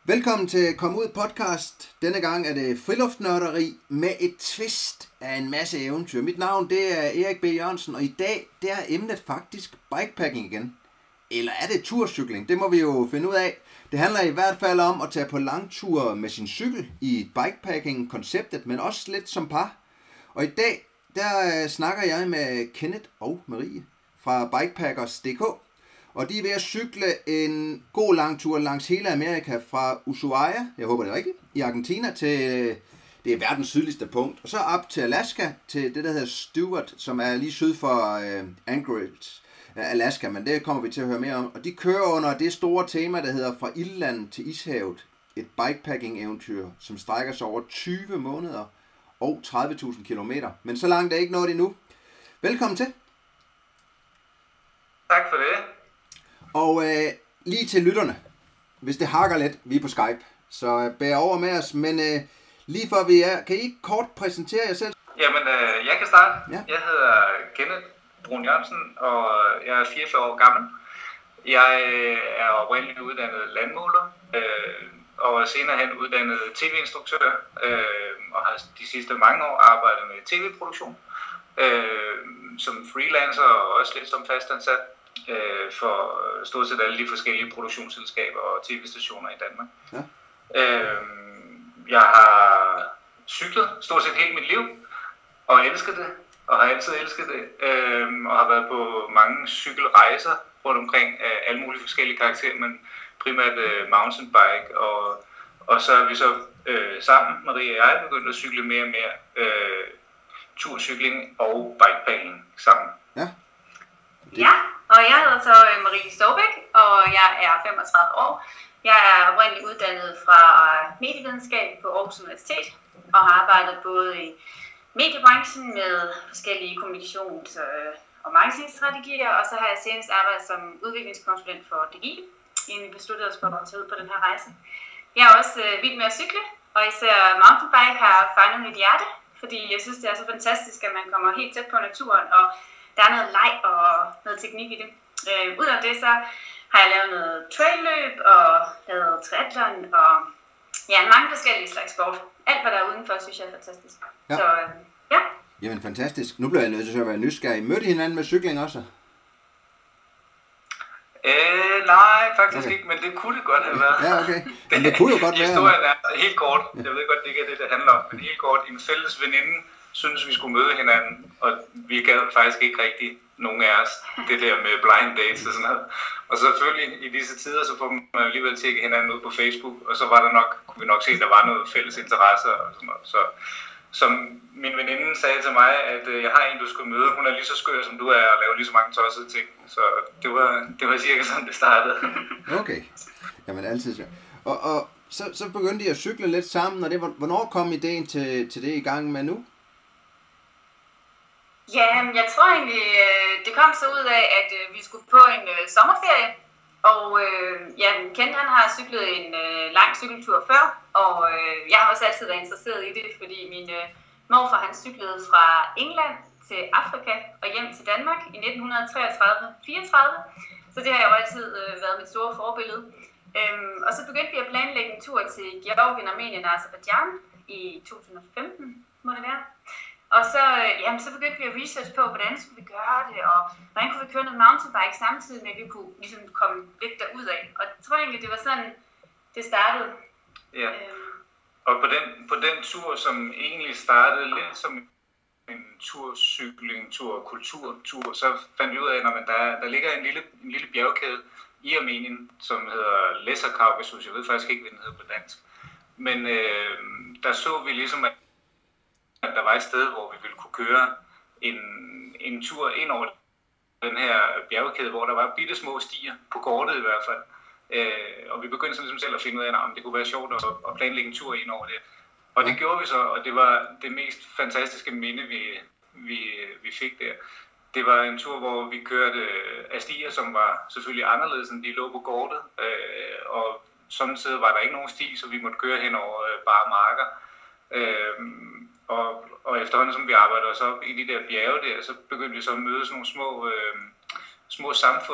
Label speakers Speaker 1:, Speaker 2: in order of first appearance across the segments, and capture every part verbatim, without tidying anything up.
Speaker 1: Velkommen til Kom Ud podcast. Denne gang er det friluftnørderi med et twist af en masse eventyr. Mit navn det er Erik B. Jørgensen, og i dag der er emnet faktisk bikepacking igen. Eller er det turcykling? Det må vi jo finde ud af. Det handler i hvert fald om at tage på langture med sin cykel i bikepacking-konceptet, men også lidt som par. Og i dag der snakker jeg med Kenneth og Marie fra bikepackers punktum d k. Og de er ved at cykle en god lang tur langs hele Amerika fra Ushuaia, jeg håber det er rigtigt, i Argentina til, det er verdens sydligste punkt. Og så op til Alaska, til det der hedder Stewart, som er lige syd for uh, Anchorage, Alaska, men det kommer vi til at høre mere om. Og de kører under det store tema, der hedder Fra Ildlandet til Ishavet. Et bikepacking-eventyr, som strækker sig over tyve måneder og tredive tusind kilometer. Men så langt er ikke nået endnu. Velkommen til.
Speaker 2: Tak for det.
Speaker 1: Og øh, lige til lytterne, hvis det hakker lidt, vi er på Skype, så bær over med os, men øh, lige for vi er, kan I ikke kort præsentere jer selv?
Speaker 2: Jamen, øh, jeg kan starte.
Speaker 1: Ja.
Speaker 2: Jeg hedder Kenneth Brun Jørgensen, og jeg er fireogfyrre år gammel. Jeg er oprindeligt uddannet landmåler, øh, og senere hen uddannet tv-instruktør, øh, og har de sidste mange år arbejdet med tv-produktion, øh, som freelancer og også lidt som fastansat. For stort set alle de forskellige produktionsselskaber og tv-stationer i Danmark. Ja. Jeg har cyklet stort set hele mit liv, og elsket det, og har altid elsket det, og har været på mange cykelrejser rundt omkring af alle mulige forskellige karakterer, men primært mountainbike, og, og så er vi så øh, sammen, Marie og jeg, begyndt at cykle mere og mere øh, turcykling og bikepacking sammen.
Speaker 1: Ja.
Speaker 3: Det... Ja. Og jeg hedder så Marie Stobæk, og jeg er femogtredive år. Jeg er oprindeligt uddannet fra medievidenskab på Aarhus Universitet, og har arbejdet både i mediebranchen med forskellige kommunikations- og marketingstrategier, og så har jeg senest arbejdet som udviklingskonsulent for D G I, inden vi besluttede os for at tage ud på den her rejse. Jeg er også vild med at cykle, og især mountainbike har fanget mit hjerte, fordi jeg synes, det er så fantastisk, at man kommer helt tæt på naturen, og der er noget leg og noget teknik i det. Øh, Udover det, så har jeg lavet noget trailløb og lavet triathlon og ja, mange forskellige slags sport. Alt, hvad der er udenfor, synes jeg er fantastisk.
Speaker 1: Ja.
Speaker 3: Så øh, ja.
Speaker 1: Jamen fantastisk. Nu bliver jeg nødt til at være nysgerrig. Mødte I hinanden med cykling også?
Speaker 2: Øh, nej, faktisk okay. ikke, men det kunne det godt have været.
Speaker 1: Ja, okay. Men det kunne jo godt være.
Speaker 2: Historien er helt kort. Jeg ved godt, det ikke er det, det handler om, men helt kort. En fælles veninde synes vi skulle møde hinanden, og vi gad faktisk ikke rigtig nogen af os det der med blind dates og sådan noget. Og selvfølgelig i disse tider, så får man alligevel tjekket hinanden ud på Facebook, og så var der nok, kunne vi nok se, at der var noget fælles interesser og sådan noget. Så som min veninde sagde til mig, at øh, jeg har en, du skal møde, hun er lige så skør som du er, og laver lige så mange tossede ting. Så det var, det var cirka sådan, det startede.
Speaker 1: Okay, jamen altid så. Og, og så, så begyndte I at cykle lidt sammen, og det, hvornår kom ideen til, til det i gang med nu?
Speaker 3: Ja, jeg tror egentlig, det kom så ud af, at vi skulle på en sommerferie, og ja, Kent han har cyklet en lang cykeltur før, og jeg har også altid været interesseret i det, fordi min morfar han cyklede fra England til Afrika og hjem til Danmark i nitten treogtredive til fireogtredive, så det har jo altid været mit store forbillede. Og så begyndte vi at planlægge en tur til Georgien, Armenien og Aserbajdsjan i to tusind og femten, må det være. Og så, jamen, så begyndte vi at research på, hvordan skulle vi gøre det, og hvordan kunne vi køre noget mountainbike samtidig med, at vi kunne ligesom komme lidt derudad. Og jeg tror egentlig, det var sådan, det startede.
Speaker 2: Ja, og på den, på den tur, som egentlig startede lidt som en turcykling, tur, kulturtur, så fandt vi ud af, at der, der ligger en lille, en lille bjergkæde i Armenien, som hedder Lesser Kaukasus. Jeg ved faktisk ikke, hvad den hedder på dansk. Men øh, der så vi ligesom, at at der var et sted, hvor vi ville kunne køre en, en tur ind over den her bjergkæde, hvor der var bitte små stier, på kortet i hvert fald. Øh, og vi begyndte så ligesom selv at finde ud af, om det kunne være sjovt at, at planlægge en tur ind over det. Og det gjorde vi så, og det var det mest fantastiske minde, vi, vi, vi fik der. Det var en tur, hvor vi kørte af stier, som var selvfølgelig anderledes, end de lå på kortet. Øh, og samtidig var der ikke nogen sti, så vi måtte køre hen over bare marker. Øh, Og, og efterhånden, som vi arbejder os op i de der bjerge der, så begyndte vi så at møde sådan nogle små, øh, små samfund,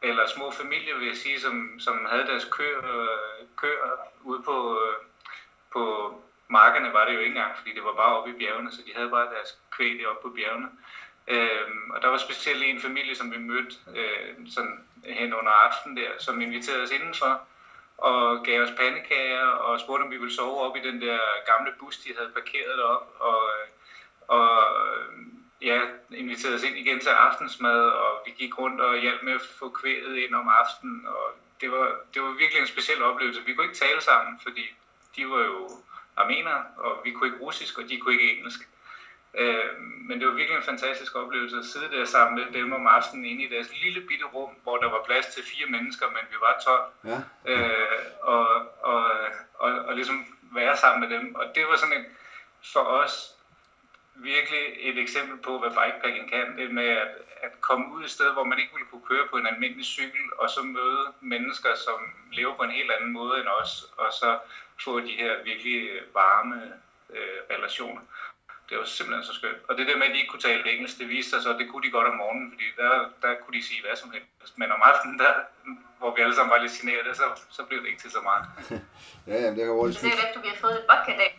Speaker 2: eller små familier, vil jeg sige, som, som havde deres køer, køer ude på, på markerne, var det jo ikke engang, fordi det var bare oppe i bjergene, så de havde bare deres kvæg deroppe på bjergene. Øhm, og der var specielt en familie, som vi mødte øh, sådan hen under aftenen der, som inviterede os indenfor og gav os pandekager og spurgte, om vi ville sove op i den der gamle bus, de havde parkeret deroppe, og, og ja, inviterede os ind igen til aftensmad, og vi gik rundt og hjalp med at få kvæget ind om aftenen, og det var, det var virkelig en speciel oplevelse. Vi kunne ikke tale sammen, fordi de var jo armenere, og vi kunne ikke russisk, og de kunne ikke engelsk. Øh, men det var virkelig en fantastisk oplevelse at sidde der sammen med dem om aftenen inde i deres lille bitte rum, hvor der var plads til fire mennesker, men vi var tolv. Ja. Øh, og, og, og, og ligesom være sammen med dem. Og det var sådan et, for os virkelig et eksempel på, hvad bikepacking kan. Det med at, at komme ud et sted, hvor man ikke ville kunne køre på en almindelig cykel, og så møde mennesker, som lever på en helt anden måde end os, og så få de her virkelig varme øh, relationer. Det var simpelthen så skønt. Og det der med, at de ikke kunne tale engelsk, det viste sig så, at det kunne de godt om morgenen, fordi der, der kunne de sige hvad som helst. Men om aftenen, der, hvor vi alle sammen var lidt generede, så, så blev det ikke til så meget.
Speaker 1: ja, jamen, det kan roligt.
Speaker 3: Det er lidt, du vi har fået et vodka i dag.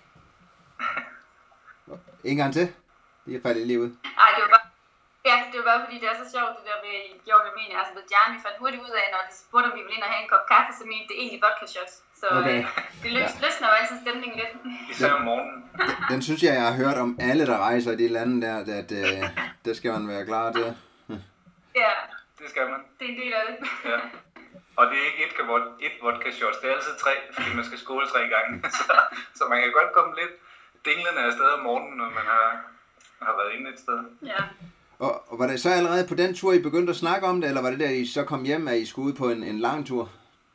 Speaker 1: En gang til. Det er faldet lige ud.
Speaker 3: Nej, det var bare... Ja, det var bare fordi, det er så sjovt, det der med Georg Armenien, altså med Jan, vi fandt hurtigt ud af, når de spurgte, om vi ville ind og have en kop kaffe, så mente det egentlig vodka shots. Så okay. øh, det løs, ja. løsner jo altid stemningen lidt.
Speaker 2: Især om morgenen.
Speaker 1: Den synes jeg, jeg har hørt om alle, der rejser i de lande der, at øh, det skal man være klar til.
Speaker 3: ja,
Speaker 2: det skal man.
Speaker 3: Det er en del af det.
Speaker 2: ja. Og det er ikke et, et vodka shots, det er altid tre, fordi man skal skåle tre gange. så, så man kan godt komme lidt dinglende afsted om morgenen, når man har, har været inde et sted.
Speaker 3: Ja.
Speaker 1: Og, og var det så allerede på den tur, I begyndte at snakke om det, eller var det der, I så kom hjem, at I skulle ud på en, en lang tur?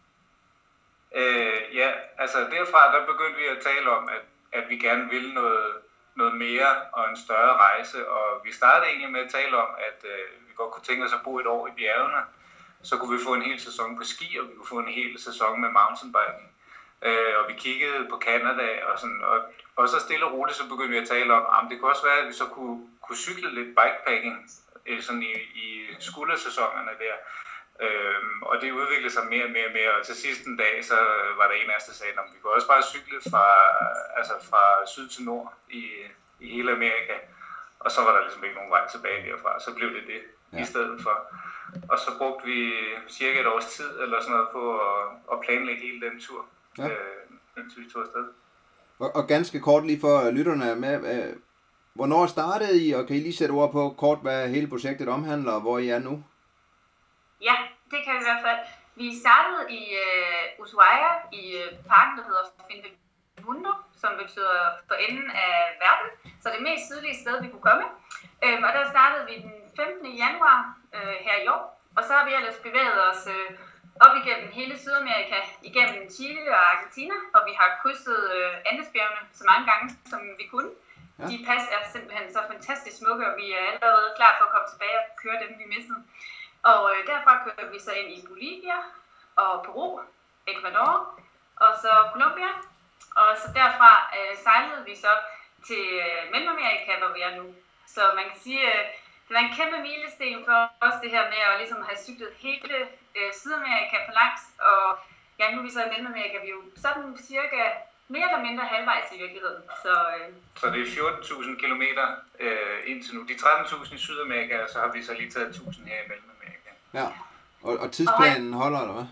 Speaker 2: Øh, ja, altså derfra, der begyndte vi at tale om, at, at vi gerne ville noget, noget mere og en større rejse, og vi startede egentlig med at tale om, at øh, vi godt kunne tænke os at bo et år i bjergene, så kunne vi få en hel sæson på ski, og vi kunne få en hel sæson med mountainbiking. Øh, og vi kiggede på Canada, og, sådan, og, og så stille og roligt, så begyndte vi at tale om, at det kunne også være, at vi så kunne, kunne cykle lidt bikepacking øh, sådan i, i skuldersæsonerne der. Øhm, og det udviklede sig mere og mere og mere, og til sidste en dag, så var der en af os, der sagde, at vi kunne også bare cykle fra, altså fra syd til nord i, i hele Amerika. Og så var der ligesom ikke nogen vej tilbage derfra, så blev det det ja. i stedet for. Og så brugte vi cirka et års tid eller sådan noget på at, at planlægge hele den tur, ja. øh, indtil vi tog afsted.
Speaker 1: Og, og ganske kort lige for lytterne med, øh, hvornår startede I, og kan I lige sætte ord på kort, hvad hele projektet omhandler, og hvor I er nu?
Speaker 3: Ja, det kan vi i hvert fald. Vi startede i uh, Ushuaia, i uh, parken, der hedder Fin del Mundo, som betyder for enden af verden. Så det mest sydlige sted, vi kunne komme. Um, og der startede vi den femtende januar uh, her i år. Og så har vi ellers bevæget os uh, op igennem hele Sydamerika, igennem Chile og Argentina. Og vi har krydset uh, Andesbjergene så mange gange, som vi kunne. Ja. De pas er simpelthen så fantastisk smukke, og vi er allerede klar for at komme tilbage og køre dem, vi mistede. Og øh, derfra kørte vi så ind i Bolivia og Peru, Ecuador og så Colombia. Og så derfra øh, sejlede vi så til øh, Mellemamerika, hvor vi er nu. Så man kan sige, øh, det var en kæmpe milesten for os det her med at ligesom have cyklet hele øh, Sydamerika på langs. Og ja, nu er vi så i Mellemamerika, vi er jo sådan cirka mere eller mindre halvvejs i virkeligheden. Så, øh...
Speaker 2: så det er fjorten tusind kilometer øh, indtil nu. De tretten tusind i Sydamerika, og så har vi så lige taget tusind her i Mellemamerika.
Speaker 1: Ja, og, og tidsplanen holder, eller hvad?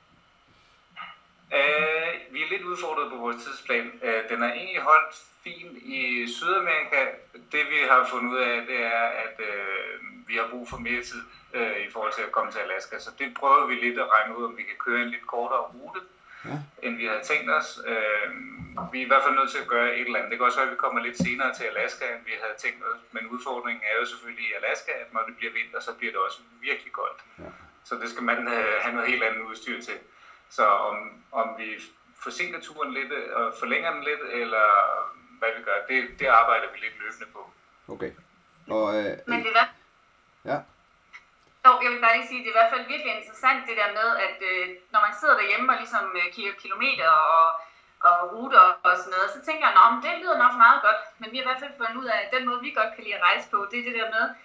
Speaker 2: Uh, vi er lidt udfordret på vores tidsplan. Uh, den er egentlig holdt fint i Sydamerika. Det vi har fundet ud af, det er, at uh, vi har brug for mere tid uh, i forhold til at komme til Alaska. Så det prøver vi lidt at regne ud, om vi kan køre en lidt kortere rute, ja. end vi havde tænkt os. Uh, vi er i hvert fald nødt til at gøre et eller andet. Det kan også være, at vi kommer lidt senere til Alaska, end vi havde tænkt os. Men udfordringen er jo selvfølgelig i Alaska, at når det bliver vinter, så bliver det også virkelig koldt. Ja. Så det skal man uh, have noget helt andet udstyr til. Så om, om vi forsinker turen lidt og forlænger den lidt, eller hvad vi gør, det, det arbejder vi lidt løbende på.
Speaker 1: Okay. Og, øh,
Speaker 3: Men det er hvad?
Speaker 1: Ja.
Speaker 3: Jo, jeg vil bare lige sige, det er i hvert fald virkelig interessant det der med, at øh, når man sidder derhjemme og ligesom øh, kigger kilometer og, og ruter og sådan noget, så tænker jeg, at det lyder nok meget godt. Men vi har i hvert fald fundet ud af, at den måde, vi godt kan lide at rejse på, det er det der med,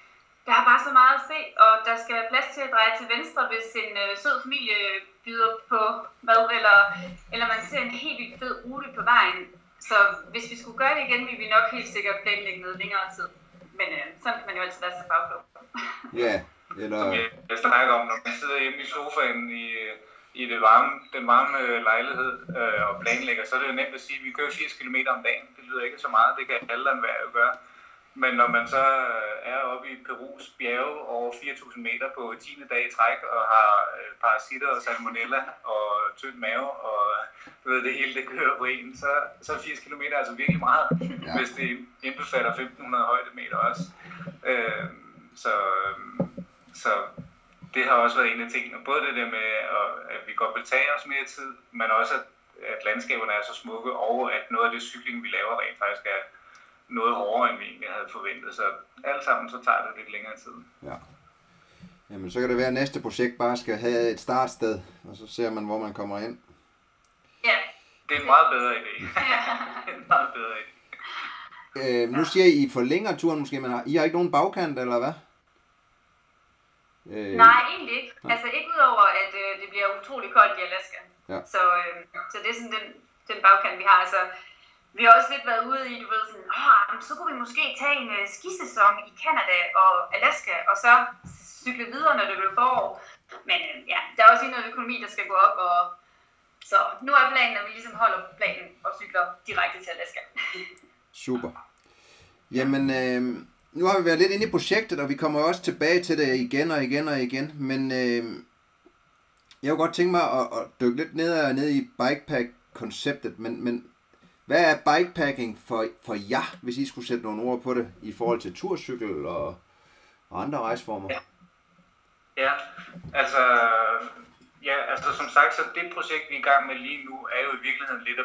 Speaker 3: der er bare så meget at se, og der skal være plads til at dreje til venstre, hvis en øh, sød familie byder på mad, eller, eller man ser en helt vildt fed rute på vejen. Så hvis vi skulle gøre det igen, ville vi nok helt sikkert planlægge noget længere tid. Men øh, sådan kan man jo altid være så bagklog.
Speaker 1: Ja, eller...
Speaker 2: Som jeg, jeg snakker om, når man sidder hjemme i sofaen i, i det varme, den varme lejlighed øh, og planlægger, så er det jo nemt at sige, at vi kører firs kilometer om dagen. Det lyder ikke så meget, det kan alle enhver jo gøre. Men når man så er oppe i Perus bjerge over fire tusind meter på tiende dag i træk og har parasitter og salmonella og tynd mave og du ved, det hele det kører på en, så, så er firs kilometer altså virkelig meget, ja. Hvis det indbefatter femten hundrede højdemeter også. Øh, så, så det har også været en af tingene. Både det der med, at vi godt vil tage os mere tid, men også at, at landskaberne er så smukke, og at noget af det cykling, vi laver rent faktisk er noget hårdere, end vi egentlig havde forventet. Så alt sammen, så tager det lidt længere tid. Ja.
Speaker 1: Jamen, så kan det være, at næste projekt bare skal have et startsted, og så ser man, hvor man kommer ind.
Speaker 3: Ja.
Speaker 2: Det er en meget bedre idé. Det er en meget bedre idé.
Speaker 1: Øh, nu siger I, I forlænger turen måske, men I har ikke nogen bagkant, eller hvad?
Speaker 3: Øh... Nej, egentlig ikke. Nej. Altså ikke udover, at øh, det bliver utrolig koldt i Alaska. Ja. Så, øh, så det er sådan den, den bagkant, vi har. Altså, vi har også lidt været ude i, du ved sådan, åh, så kunne vi måske tage en uh, skisæson i Canada og Alaska, og så cykle videre, når det bliver forår. Men uh, ja, der er også noget økonomi, der skal gå op, og så nu er planen, at vi ligesom holder planen og cykler direkte til Alaska.
Speaker 1: Super. Jamen, øh, nu har vi været lidt inde i projektet, og vi kommer også tilbage til det igen og igen og igen, men øh, jeg kunne godt tænke mig at, at dykke lidt ned, og ned i bikepack-konceptet, men, men hvad er bikepacking for, for jer, hvis I skulle sætte nogle ord på det, i forhold til turcykel og, og andre rejseformer?
Speaker 2: Ja. ja, altså, ja, altså som sagt, så det projekt, vi er i gang med lige nu, er jo i virkeligheden lidt af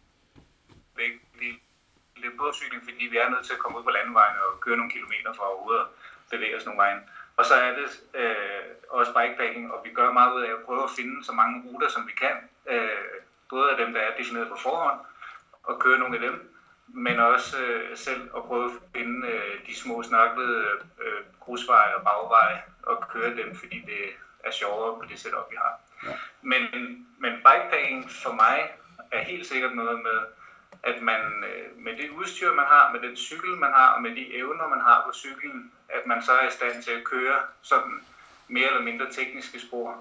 Speaker 2: begge. Det er både cykling, fordi vi er nødt til at komme ud på landevejen og køre nogle kilometer for overhovedet at bevæge os nogle vejen. Og så er det øh, også bikepacking, og vi gør meget ud af at prøve at finde så mange ruter, som vi kan. Øh, både af dem, der er defineret på forhånd, og køre nogle af dem, men også øh, selv at prøve at finde øh, de små snakkede øh, grusveje og bagveje og køre dem, fordi det er sjovere på det setup, vi har. Ja. Men, men bikepacking for mig er helt sikkert noget med, at man øh, med det udstyr, man har, med den cykel, man har, og med de evner, man har på cyklen, at man så er i stand til at køre sådan mere eller mindre tekniske spor.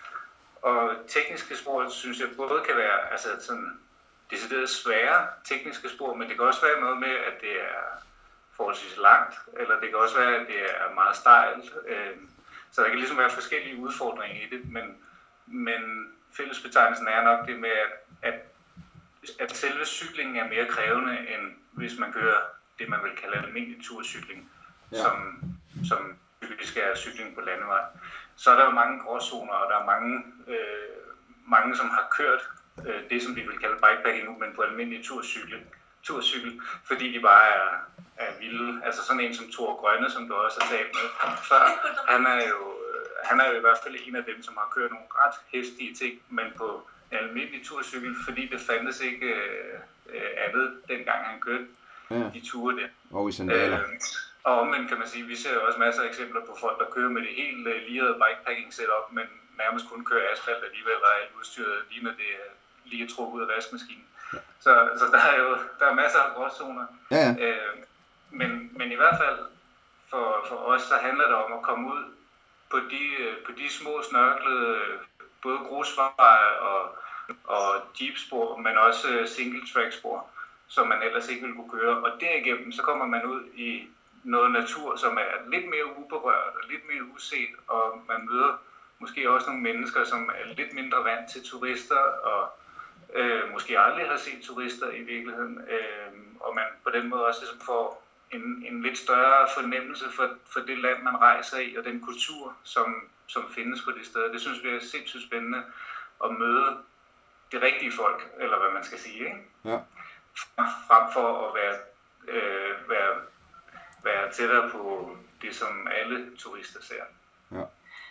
Speaker 2: Og tekniske spor, synes jeg, både kan være altså sådan decideret svære tekniske spor, men det kan også være noget med, at det er forholdsvis langt, eller det kan også være, at det er meget stejlt. Så der kan ligesom være forskellige udfordringer i det, men, men fællesbetegnelsen er nok det med, at, at, at selve cyklingen er mere krævende, end hvis man kører det, man vil kalde almindelig turcykling, ja. som, som typisk er cykling på landevej. Så er der jo mange gråzoner, og der er mange, øh, mange som har kørt det, som vi vil kalde bikepacking nu, men på almindelig turcykel, turcykel fordi de bare er, er vilde. Altså sådan en som Thor Grønne, som du også har talt med før, han er jo, han er jo i hvert fald en af dem, som har kørt nogle ret hæftige ting, men på en almindelig turcykel, fordi det fandtes ikke øh, andet, dengang han kørte ja. de ture der.
Speaker 1: Og i sandaler. Øh,
Speaker 2: og omvendt kan man sige, vi ser jo også masser af eksempler på folk, der kører med det helt uh, lirede bikepacking setup, men nærmest kun kører asfalt alligevel, og alt udstyret lige når det er lige trukket ud af vaskemaskinen. Ja. Så, så der er jo der er masser af gråzoner.
Speaker 1: Ja, ja.
Speaker 2: Øh, men, men i hvert fald for, for os, så handler det om at komme ud på de, på de små snørklede, både grusveje og, og jeepspor, men også single track spor, som man ellers ikke ville kunne køre. Og derigennem, så kommer man ud i noget natur, som er lidt mere uberørt og lidt mere uset, og man møder måske også nogle mennesker, som er lidt mindre vant til turister, og øh, måske aldrig har set turister i virkeligheden, øh, og man på den måde også ligesom får en, en lidt større fornemmelse for, for det land, man rejser i, og den kultur, som, som findes på det sted. Det synes vi er sindssygt spændende at møde de rigtige folk, eller hvad man skal sige, ikke?
Speaker 1: Ja.
Speaker 2: Frem for at være, øh, være, være tættere på det, som alle turister ser.
Speaker 1: Ja.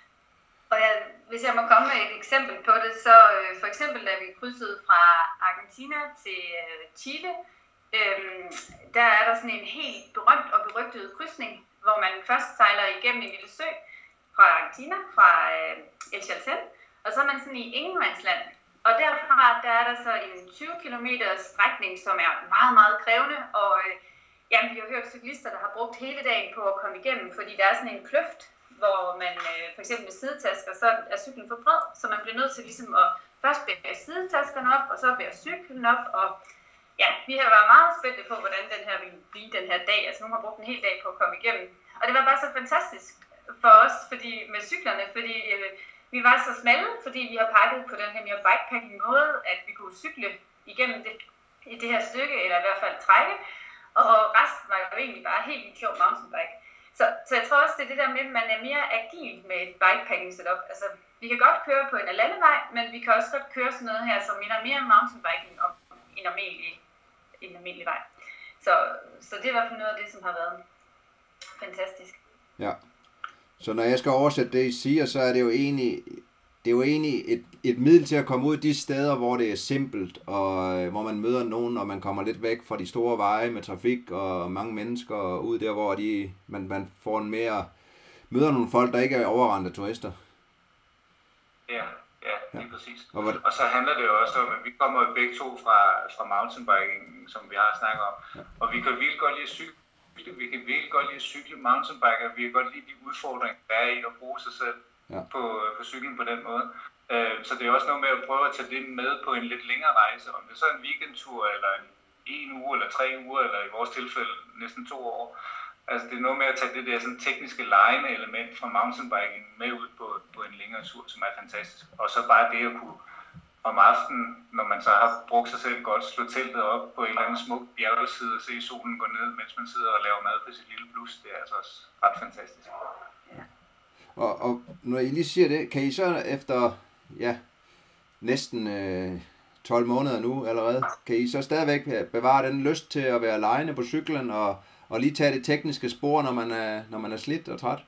Speaker 3: Og ja, hvis jeg må komme med et eksempel på det, så øh, for eksempel da vi krydsede fra Argentina til øh, Chile, øh, der er der sådan en helt berømt og berygtet krydsning, hvor man først sejler igennem en lille sø fra Argentina, fra øh, El Chaltén, og så er man sådan i ingenmandsland. Og derfra der er der så en tyve kilometer strækning, som er meget, meget krævende, og øh, jamen, vi har hørt cyklister, der har brugt hele dagen på at komme igennem, fordi der er sådan en kløft, hvor man øh, for eksempel med sidetasker, så er cyklen for bred, så man bliver nødt til ligesom at først bære sidetaskerne op, og så bære cyklen op, og ja, vi har været meget spændte på, hvordan den her ville blive den her dag, altså nu har brugt en hel dag på at komme igennem, og det var bare så fantastisk for os, fordi med cyklerne, fordi øh, vi var så smalle, fordi vi har pakket på den her mere bikepacking måde, at vi kunne cykle igennem det, i det her stykke, eller i hvert fald trække, og resten var jo egentlig bare helt vildt sjov mountainbike. Så, så jeg tror også, det er det der med, at man er mere agil med et bikepacking setup. Altså, vi kan godt køre på en landevej, men vi kan også godt køre sådan noget her, som minder mere om mountainbiking om en almindelig, en almindelig vej. Så, så det er i hvert fald noget af det, som har været fantastisk.
Speaker 1: Ja. Så når jeg skal oversætte det, I siger, så er det jo egentlig, det er jo egentlig et, et middel til at komme ud de steder, hvor det er simpelt, og øh, hvor man møder nogen, og man kommer lidt væk fra de store veje med trafik og mange mennesker, og ud der, hvor de, man, man får en mere, møder nogle folk, der ikke er overrendt af turister.
Speaker 2: Ja, ja, lige ja. Præcis.
Speaker 1: Og, hvad...
Speaker 2: og så handler det jo også om, at vi kommer jo begge to fra, fra mountainbiking, som vi har snakket om, ja. Og vi kan virkelig godt lide at cykle. Vi kan virkelig godt lide at cykle mountainbike, og vi kan godt lide de udfordringer, der er i at bruge sig selv ja. på, på cyklen på den måde. Uh, så det er også noget med at prøve at tage det med på en lidt længere rejse, om det så er en weekendtur, eller en, en uge, eller tre uger, eller i vores tilfælde næsten to år. Altså det er noget med at tage det der sådan, tekniske legende element fra mountainbiking med ud på, på en længere tur, som er fantastisk. Og så bare det at kunne om aftenen, når man så har brugt sig selv godt, slå teltet op på en eller anden smuk bjergeside og se solen gå ned, mens man sidder og laver mad på sit lille blus, det er altså også ret fantastisk.
Speaker 3: Ja.
Speaker 1: Og, og når I lige siger det, kan I så efter ja, næsten øh, tolv måneder nu allerede, kan I så stadigvæk bevare den lyst til at være alene på cyklen og, og lige tage det tekniske spor, når man er, når man er slidt og træt?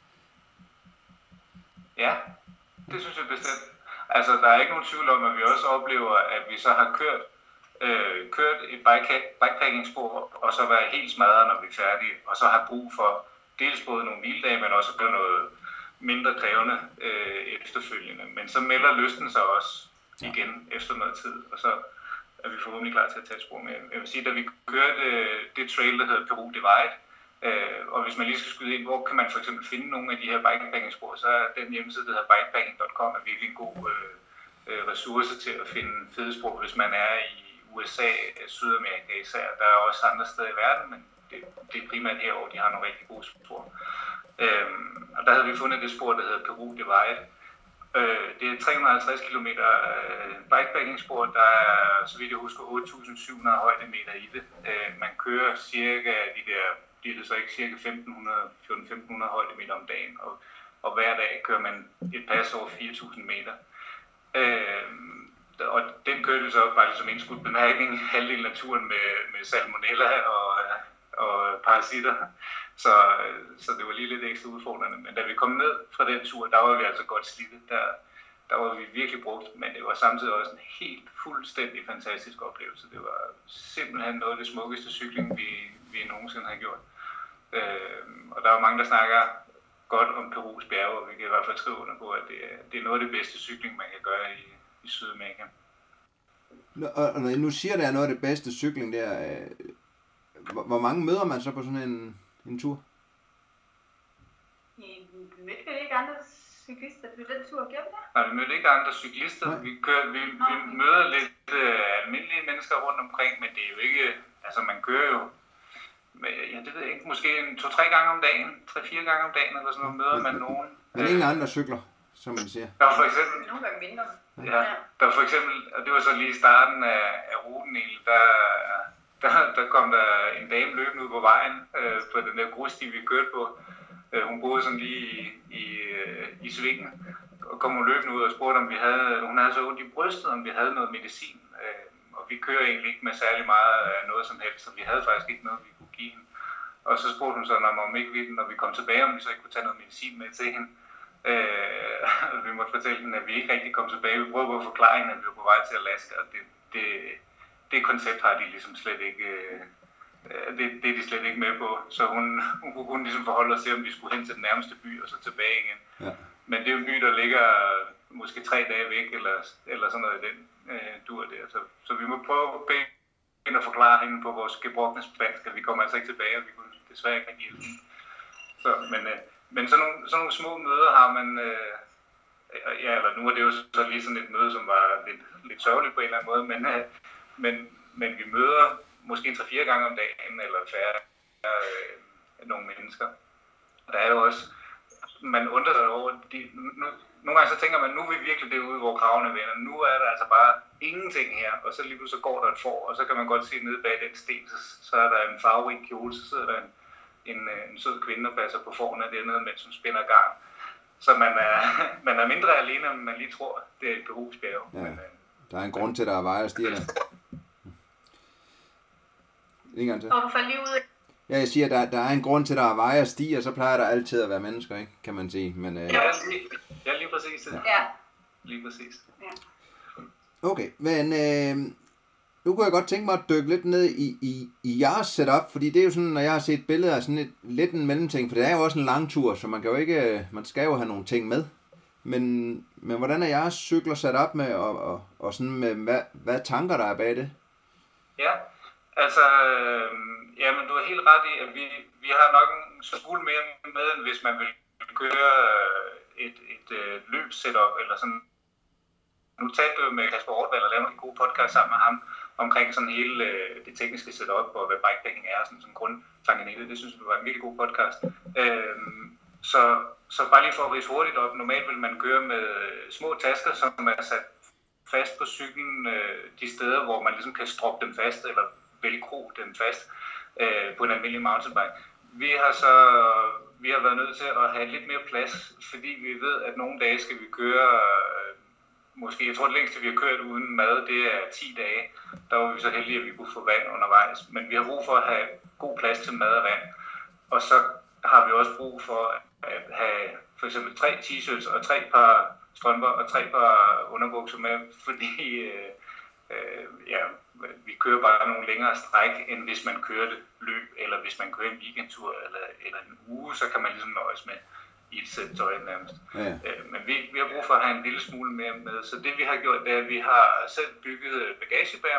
Speaker 2: Ja, det synes jeg bestemt. Altså, der er ikke nogen tvivl om, at vi også oplever, at vi så har kørt, øh, kørt et bikepacking-spor, og så været helt smadret, når vi er færdige, og så har brug for dels både nogle hviledage, men også gøre noget mindre krævende øh, efterfølgende. Men så melder lysten sig også igen ja. efter noget tid, og så er vi forhåbentlig klar til at tage et spor med. Jeg vil sige, da vi kørte øh, det trail, der hedder Peru Divide, Øh, og hvis man lige skal skyde ind, hvor kan man for eksempel finde nogle af de her bikepacking-spor, så er den hjemmeside, der hedder bikepacking punktum com, er virkelig en god øh, ressource til at finde fede spor, hvis man er i U S A, Sydamerika især. Der er også andre steder i verden, men det, det er primært her, hvor de har nogle rigtig gode spor. Øh, og der havde vi fundet det spor, der hedder Peru Divide. Øh, det er tre hundrede og halvtreds kilometer øh, bikepacking-spor, der er, så vidt jeg husker, otte tusind syv hundrede højdemeter i det. Øh, man kører cirka de der det er så ikke cirka femten hundrede, fjorten til femten hundrede højdemeter om dagen, og, og hver dag kører man et pas over fire tusind meter. Øh, og den kørte vi så bare som indskudt bemærkning, halvdelen af turen med, med salmonella og, og parasitter, så, så det var lige lidt ekstra udfordrende. Men da vi kom ned fra den tur, der var vi altså godt slidte, der, der var vi virkelig brugt, men det var samtidig også en helt fuldstændig fantastisk oplevelse. Det var simpelthen noget af det smukkeste cykling, vi, vi nogensinde har gjort. Øh, og der er jo mange, der snakker godt om Perus bjerge, og vi kan i hvert fald skrive under på, at det er, det er noget af det bedste cykling, man kan gøre i, i Sydamerika.
Speaker 1: Og, og når I nu siger, at det er noget af det bedste cykling der, øh, hvor, hvor mange møder man så på sådan en, en tur?
Speaker 3: I mødte vel ikke andre cyklister på den tur, gjorde vi det?
Speaker 2: Nej, vi mødte ikke andre cyklister. Nej. Vi, kører, vi, vi møder lidt øh, almindelige mennesker rundt omkring, men det er jo ikke, altså man kører jo ja, det ved jeg ikke, måske en to-tre gange om dagen, tre-fire gange om dagen, eller sådan noget, møder man nogen.
Speaker 1: Men ingen andre cykler, som man siger.
Speaker 2: Der var for eksempel,
Speaker 3: nogle gange mindre.
Speaker 2: Ja, der var for eksempel, og det var så lige i starten af, af ruten egentlig, der, der, der kom der en dame løbende ud på vejen, øh, på den der grussti, vi kørte på. Øh, hun boede sådan lige i, i, i svingen, og kom hun løbende ud og spurgte, om vi havde, hun havde så ondt i brystet, om vi havde noget medicin. Øh, og vi kører egentlig ikke med særlig meget af noget som helst, så vi havde faktisk ikke noget, vi kunne give hende. Og så spurgte hun så, om ikke vi, når vi kom tilbage, om vi så ikke kunne tage noget medicin med til hende. Øh, vi måtte fortælle hende, at vi ikke rigtig kom tilbage. Vi prøvede at forklare hende, at vi var på vej til Alaska, og det, det, det koncept har de ligesom slet ikke, det, det er de slet ikke med på. Så hun, hun kunne kun ligesom forholde os til, om vi skulle hen til den nærmeste by og så tilbage igen. Ja. Men det er jo en by, der ligger måske tre dage væk, eller, eller sådan noget i den øh, dur der. Så, så vi må prøve at bede at forklare hende på vores gebrokne spansk, at vi kommer altså ikke tilbage, og vi kunne desværre ikke have hjælp. Så, men, øh, men sådan nogle, sådan nogle små møder har man... Øh, ja, eller nu er det jo så lige sådan et møde, som var lidt, lidt sørgeligt på en eller anden måde, men, øh, men, men vi møder måske tre-fire gange om dagen, eller færre øh, nogle mennesker. Og der er jo også... Man undrer sig over... De, nu, nogle gange så tænker man, nu er vi virkelig derude, hvor kravene vender. Nu er der altså bare ingenting her, og så lige pludselig så går der et får, og så kan man godt se nede bag den sten, så, så er der en farverig kjole, så sidder der en, en, en sød kvinde, der passer på fårene dernede, mens hun spænder garn. Så man er, man er mindre alene, end man lige tror, det er et Perus-bjerg.
Speaker 1: Ja,
Speaker 2: men,
Speaker 1: der er en grund til, at der er veje og stier der. En gang til.
Speaker 3: Og du faldt lige ud.
Speaker 1: Ja, jeg siger, at der, der er en grund til, at der er veje og stier, så plejer der altid at være mennesker, ikke? Kan man sige. Men, øh...
Speaker 2: ja, lige, ja, lige præcis. Det.
Speaker 3: Ja.
Speaker 2: Lige præcis. Ja.
Speaker 1: Okay, men øh, nu kunne jeg godt tænke mig at dykke lidt ned i, i, i jeres setup, fordi det er jo sådan, når jeg har set billeder af sådan et, lidt en mellemting, for det er jo også en lang tur, så man kan jo ikke, man skal jo have nogle ting med. Men, men hvordan er jeres cykler sat op med, og, og, og sådan med, hvad, hvad tanker der er bag det?
Speaker 2: Ja, altså, øh, jamen du har helt ret i, at vi, vi har nok en smule mere med, end hvis man vil køre et, et, et løbssetup, eller sådan. Nu talte vi med Kasper Ortval og lavede en god podcast sammen med ham omkring sådan hele øh, det tekniske setup og hvad bikepacking er, sådan som grundtanken i det. Det synes vi var en virkelig god podcast. Øhm, så, så bare lige for at rise hurtigt op, normalt vil man køre med små tasker, som er sat fast på cyklen øh, de steder, hvor man ligesom kan stroppe dem fast eller velcro dem fast øh, på en almindelig mountainbike. Vi har så vi har været nødt til at have lidt mere plads, fordi vi ved, at nogle dage skal vi køre øh, måske, jeg tror det længste vi har kørt uden mad, det er ti dage. Der var vi så heldige, at vi kunne få vand undervejs. Men vi har brug for at have god plads til mad og vand. Og så har vi også brug for at have for eksempel tre t-shirts og tre par strømper og tre par underbukser med, fordi øh, øh, ja, vi kører bare nogle længere stræk, end hvis man kører det løb, eller hvis man kører en weekendtur eller, eller en uge, så kan man ligesom nøjes med i et sæt tøj nærmest. Ja. Øh, men vi, vi har brug for at have en lille smule mere med. Så det vi har gjort, det er, at vi har selv bygget bagagebær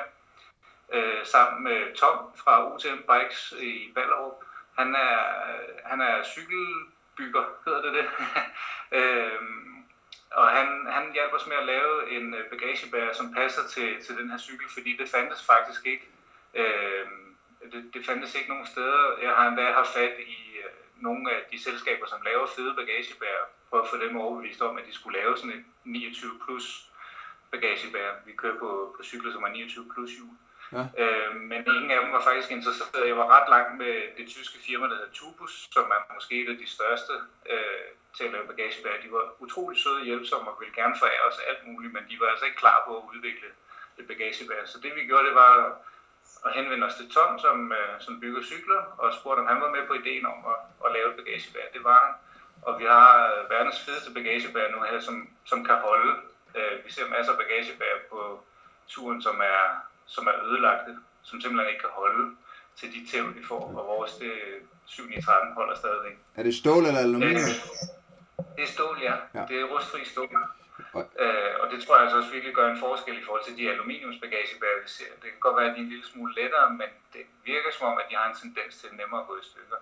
Speaker 2: øh, sammen med Tom fra U T M Bikes i Ballerup. Han er, han er cykelbygger, hedder det det. øh, og han, han hjælper os med at lave en bagagebær, som passer til, til den her cykel, fordi det fandtes faktisk ikke. Øh, det, det fandtes ikke nogen steder. Jeg har endda haft fat i nogle af de selskaber, som laver fede bagagebær, for at få dem overbevist om, at de skulle lave sådan et niogtyve plus bagagebær. Vi kører på, på cykler, som er niogtyve plus hjul. Ja. Øh, men ingen af dem var faktisk interesseret. Jeg var ret langt med det tyske firma, der hedder Tubus, som er måske et af de største øh, til at lave bagagebær. De var utrolig søde og hjælpsomme og ville gerne forære os alt muligt, men de var altså ikke klar på at udvikle et bagagebær. Så det vi gjorde, det var og henvendte os til Tom, som, øh, som bygger cykler, og spurgte, om han var med på ideen om at, at lave et bagagebær. Det var han. Og vi har øh, verdens fedeste bagagebær nu her, som, som kan holde. Øh, vi ser masser af bagagebær på turen, som er, som er ødelagte, som simpelthen ikke kan holde til de tæv, vi får. Og vores det syv ni tretten holder stadigvæk.
Speaker 1: Er det stål eller aluminium?
Speaker 2: Øh, det er stål, ja. ja. Det er rustfri stål.
Speaker 1: Og...
Speaker 2: Øh, og det tror jeg altså også virkelig gør en forskel i forhold til de aluminiumsbagagebær, vi ser. Det kan godt være, at de er en lille smule lettere, men det virker som om, at de har en tendens til nemmere at gå i stykker.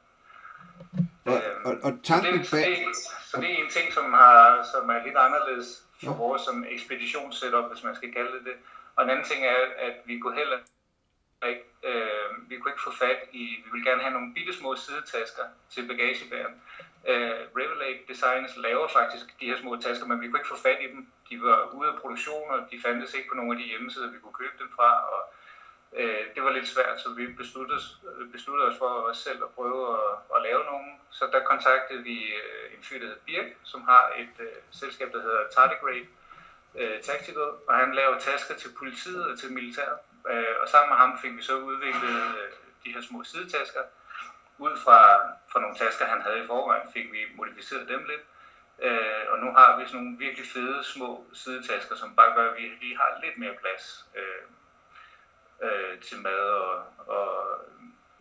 Speaker 1: Og,
Speaker 2: øhm,
Speaker 1: og, og tanken
Speaker 2: så, det, så, det, så det er en ting, som, har, som er lidt anderledes for ja. vores som ekspeditionssetup, hvis man skal kalde det det. Og en anden ting er, at vi kunne heller ikke, øh, vi kunne ikke få fat i, vi vil gerne have nogle bitte små sidetasker til bagagebæren. Uh, Revelate Designs laver faktisk de her små tasker, men vi kunne ikke få fat i dem. De var ude af produktion, og de fandtes ikke på nogle af de hjemmesider, vi kunne købe dem fra. Og, uh, det var lidt svært, så vi besluttede, besluttede os for os selv at prøve at, at lave nogle. Så der kontaktede vi uh, en fyr, der hedder Birk, som har et uh, selskab, der hedder Tardigrade uh, Tactical, og han laver tasker til politiet og til militæret. Uh, og sammen med ham fik vi så udviklet uh, de her små sidetasker. Ud fra, fra nogle tasker, han havde i forvejen, fik vi modificeret dem lidt. Øh, og nu har vi sådan nogle virkelig fede små sidetasker, som bare gør, at vi lige har lidt mere plads øh, øh, til mad og, og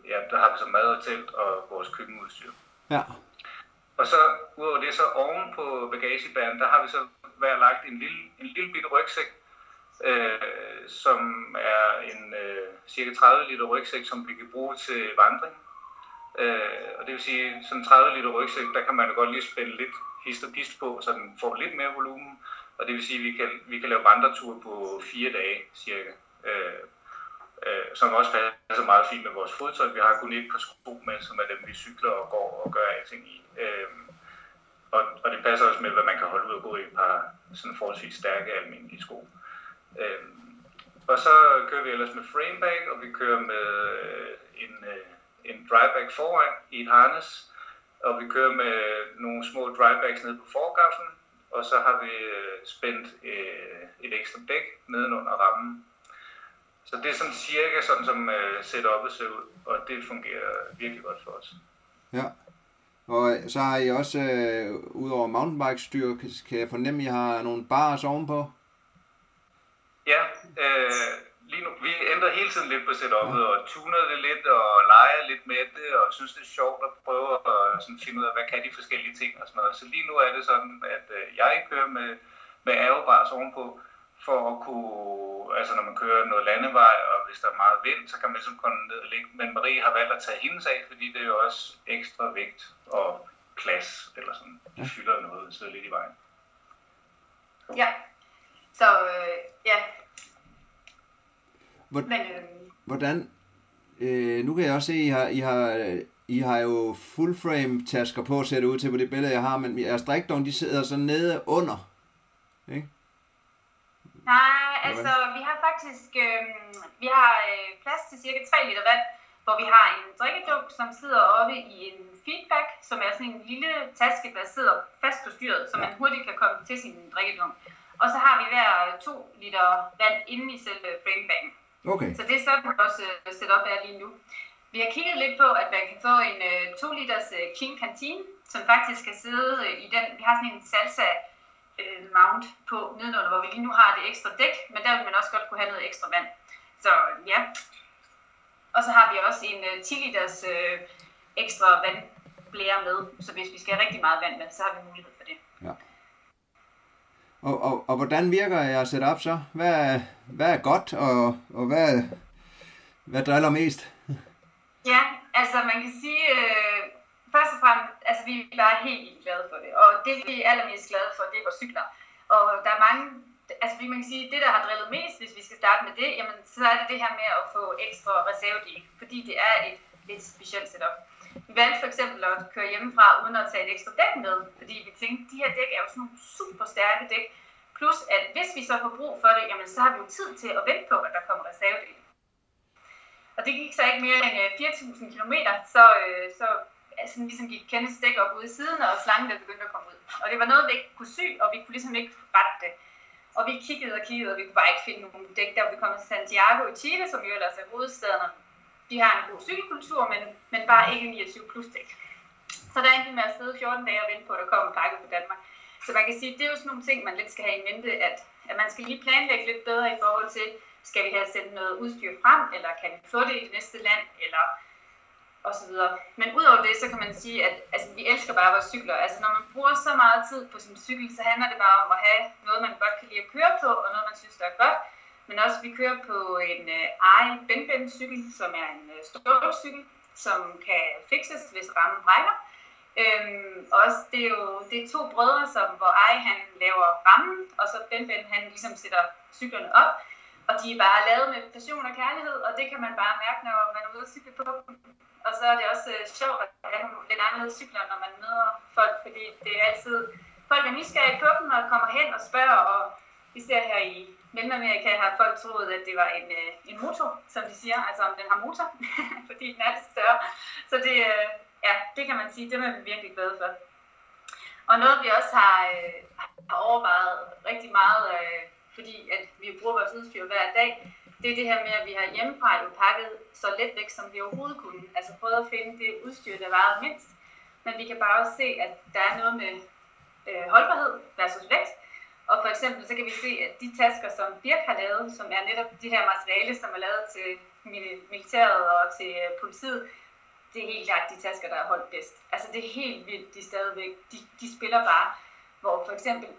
Speaker 2: ja, der har vi så mad og telt og vores køkkenudstyr.
Speaker 1: Ja.
Speaker 2: Og så udover det, så oven på bagagebæren, der har vi så hver lagt en lille, en lille bitte rygsæk, øh, som er en øh, cirka tredive liter rygsæk, som vi kan bruge til vandring. Øh, og det vil sige, sådan en tredive liter rygsæk, der kan man jo godt lige spænde lidt hist og pist på, så den får lidt mere volumen. Og det vil sige, at vi kan, vi kan lave vandreture på fire dage cirka. Øh, øh, som også passer meget fint med vores fodtøj. Vi har kun et par sko med, som er dem, vi cykler og går og gør alting i. Øh, og, og det passer også med, hvad man kan holde ud og gå i et par sådan forholdsvis stærke almindelige sko. Øh, og så kører vi ellers med framebag, og vi kører med en, en dryback foran i et harness. Og vi kører med nogle små drybags nede på forgaflen. Og så har vi spændt et ekstra dæk nedenunder rammen. Så det er sådan cirka sådan, som setup'et ser ud, og det fungerer virkelig godt for os.
Speaker 1: Ja, og så har I også, øh, udover mountainbike-styr, kan jeg fornemme, at I har nogle bars ovenpå?
Speaker 2: Ja, øh, lige nu, vi ændrer hele tiden lidt på setup'et, ja. Og tuner det lidt, og leger lidt med det, og synes det er sjovt at prøve at sådan finde ud af, hvad kan de forskellige ting og sådan noget. Så lige nu er det sådan, at øh, jeg kører med, med aerobars ovenpå, for at kunne, altså når man kører noget landevej, og hvis der er meget vind, så kan man ligesom komme ned og ligge. Men Marie har valgt at tage hendes af, fordi det er jo også ekstra vægt og plads, eller sådan. Det fylder noget, sidder lidt i vejen.
Speaker 3: Så. Ja, så øh, ja.
Speaker 1: Hvor, Men, øh... Hvordan, øh, nu kan jeg også se, at I har, I har, I har jo full frame tasker på, ser det ud til på det billede, jeg har, men jeres drikdom, de sidder så nede under, ikke?
Speaker 3: Nej, altså vi har faktisk øh, vi har øh, plads til cirka tre liter vand, hvor vi har en drikkedunk, som sidder oppe i en feedback, som er sådan en lille taske, der sidder fast på styret, så man hurtigt kan komme til sin drikkedunk. Og så har vi hver to liter vand inde i selve framebacken.
Speaker 1: Okay.
Speaker 3: Så det er sådan vores uh, setup er lige nu. Vi har kigget lidt på, at man kan få en uh, to liters uh, King Canteen, som faktisk kan sidde uh, i den. Vi har sådan en salsa uh, mount på nedenunder, hvor vi lige nu har det ekstra dæk, men der vil man også godt kunne have noget ekstra vand. Så ja. Og så har vi også en uh, ti liters uh, ekstra vandblære med, så hvis vi skal have rigtig meget vand med, så har vi mulighed for det.
Speaker 1: Ja. Og, og, og hvordan virker jeres setup så? Hvad er, hvad er godt, og, og hvad, hvad driller mest?
Speaker 3: Ja, altså man kan sige, øh, først og fremmest, altså vi er bare helt vildt glade for det. Og det vi er allermest glade for, det er vores cykler. Og der er mange, altså man kan sige, det der har drillet mest, hvis vi skal starte med det, jamen så er det det her med at få ekstra reservedele, fordi det er et lidt specielt setup. Vi valgte for eksempel at køre hjemmefra uden at tage et ekstra dæk med, fordi vi tænkte, at de her dæk er jo sådan nogle super stærke dæk. Plus at hvis vi så får brug for det, jamen så har vi jo tid til at vente på, at der kommer reservedele. Og det gik så ikke mere end fire tusind kilometer, så, øh, så altså, ligesom gik Kenneths dæk op ude i siden, og slangen der begyndte at komme ud. Og det var noget, vi ikke kunne sy, og vi kunne ligesom ikke rette det. Og vi kiggede og kiggede, og vi kunne bare ikke finde nogen dæk, der vi kom til Santiago i Chile, som jo ellers er hovedstaden. De har en god cykelkultur, men, men bare ikke niogtyve plus dæk. Så der endte vi med at sidde fjorten dage og vente på, at der kom en pakke på Danmark. Så man kan sige, at det er jo sådan nogle ting, man lidt skal have i mente, at, at man skal lige planlægge lidt bedre i forhold til, skal vi have sendt noget udstyr frem, eller kan vi få det i det næste land, eller og så videre. Men udover det, så kan man sige, at altså, vi elsker bare vores cykler. Altså når man bruger så meget tid på sin cykel, så handler det bare om at have noget, man godt kan lide at køre på, og noget, man synes, der er godt. Men også, vi kører på en uh, Ai Ben-Ben cykel, som er en uh, stålcykel, som kan fikses, hvis rammen brækker. Øhm, også, det er jo det er to brødre, som, hvor Ai han laver rammen, og så Ben-Ben han ligesom sætter cyklerne op. Og de er bare lavet med passion og kærlighed, og det kan man bare mærke, når man er ude at cykle på dem. Og så er det også uh, sjovt at have nogle lidt anderledes cykler, når man møder folk, fordi det er altid, folk er nysgerrige på dem og kommer hen og spørger, og vi ser her i Mellemamerika har folk troet, at det var en, øh, en motor, som de siger, altså om den har motor, fordi den er lidt større. Så det, øh, ja, det kan man sige, det er vi virkelig glade for. Og noget vi også har, øh, har overvejet rigtig meget, øh, fordi at vi bruger vores udstyr hver dag, det er det her med, at vi har hjemmefra jo pakket så let væk, som vi overhovedet kunne. Altså prøvet at finde det udstyr, der varede mindst. Men vi kan bare også se, at der er noget med øh, holdbarhed versus vægt. Og for eksempel så kan vi se, at de tasker, som Birk har lavet, som er netop de her materiale, som er lavet til militæret og til politiet, det er helt klart de tasker, der er holdt bedst. Altså det er helt vildt, de stadigvæk, de, de spiller bare, hvor for eksempel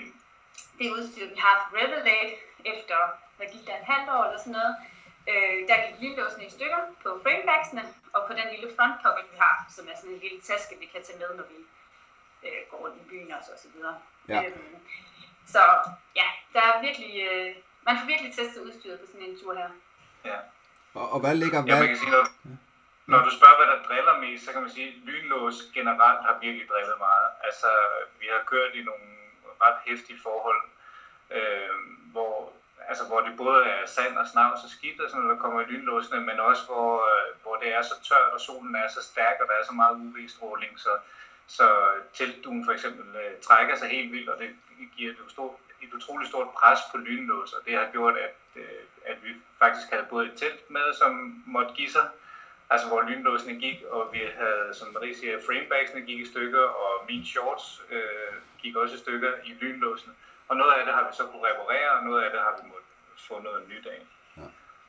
Speaker 3: det udstyr, vi har for Revelate, efter, hvad gik der en halvt år eller sådan noget, øh, der gik lynlåsene i stykker på framebacksene, og på den lille front pocket, vi har, som er sådan en lille taske, vi kan tage med, når vi øh, går rundt i byen og så, og så videre. Ja. Øhm, så ja, der er virkelig, øh, man får virkelig testet udstyret på sådan en tur her.
Speaker 2: Ja.
Speaker 1: Og, og hvad ligger...
Speaker 2: Ja, man kan sige, når, når du spørger, hvad der driller mest, så kan man sige, at lynlås generelt har virkelig drillet meget. Altså, vi har kørt i nogle ret hæftige forhold, øh, hvor, altså, hvor det både er sand og snavs og skidt, og sådan noget, der kommer i lynlåsene, men også hvor, øh, hvor det er så tørt, og solen er så stærk, og der er så meget U V-stråling, så, så teltdugen for eksempel øh, trækker sig helt vildt, og det giver et, stort, et utroligt stort pres på lynlås, og det har gjort, at, øh, at vi faktisk havde både et telt med, som måtte give sig, altså hvor lynlåsene gik, og vi havde, som Marie siger, framebacksene gik i stykker, og mine shorts øh, gik også i stykker i lynlåsene. Og noget af det har vi så kunne reparere, og noget af det har vi måttet få noget nyt af.
Speaker 1: Ja.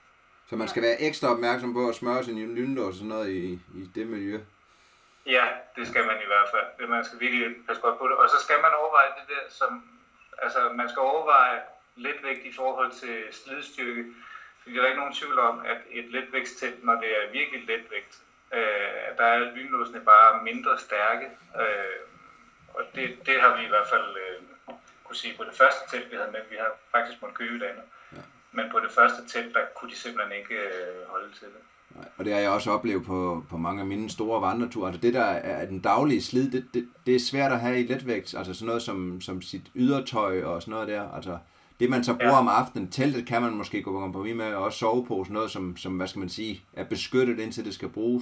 Speaker 1: Så man skal være ekstra opmærksom på at smøre sin lynlås og sådan noget i, i det miljø?
Speaker 2: Ja, det skal man i hvert fald. Man skal virkelig passe godt på det. Og så skal man overveje det der, som, altså man skal overveje letvægt i forhold til slidstyrke. Fordi der er ikke nogen tvivl om, at et letvægtstelt, når det er virkelig letvægt, øh, der er lynlåsene bare mindre stærke. Øh, og det, det har vi i hvert fald øh, kunne sige på det første telt, vi havde med. Vi har faktisk måttet købe et andet. Ja. Men på det første telt, der kunne de simpelthen ikke øh, holde til det.
Speaker 1: Nej, og det har jeg også oplevet på, på mange af mine store vandreture. Altså det, der er den daglige slid, det, det, det er svært at have i letvægt. Altså sådan noget som, som sit ydertøj og sådan noget der. Altså det, man så bruger ja. om aftenen, teltet kan man måske gå på kompromis med, og også sove på sådan noget, som, som, hvad skal man sige, er beskyttet indtil det skal bruges.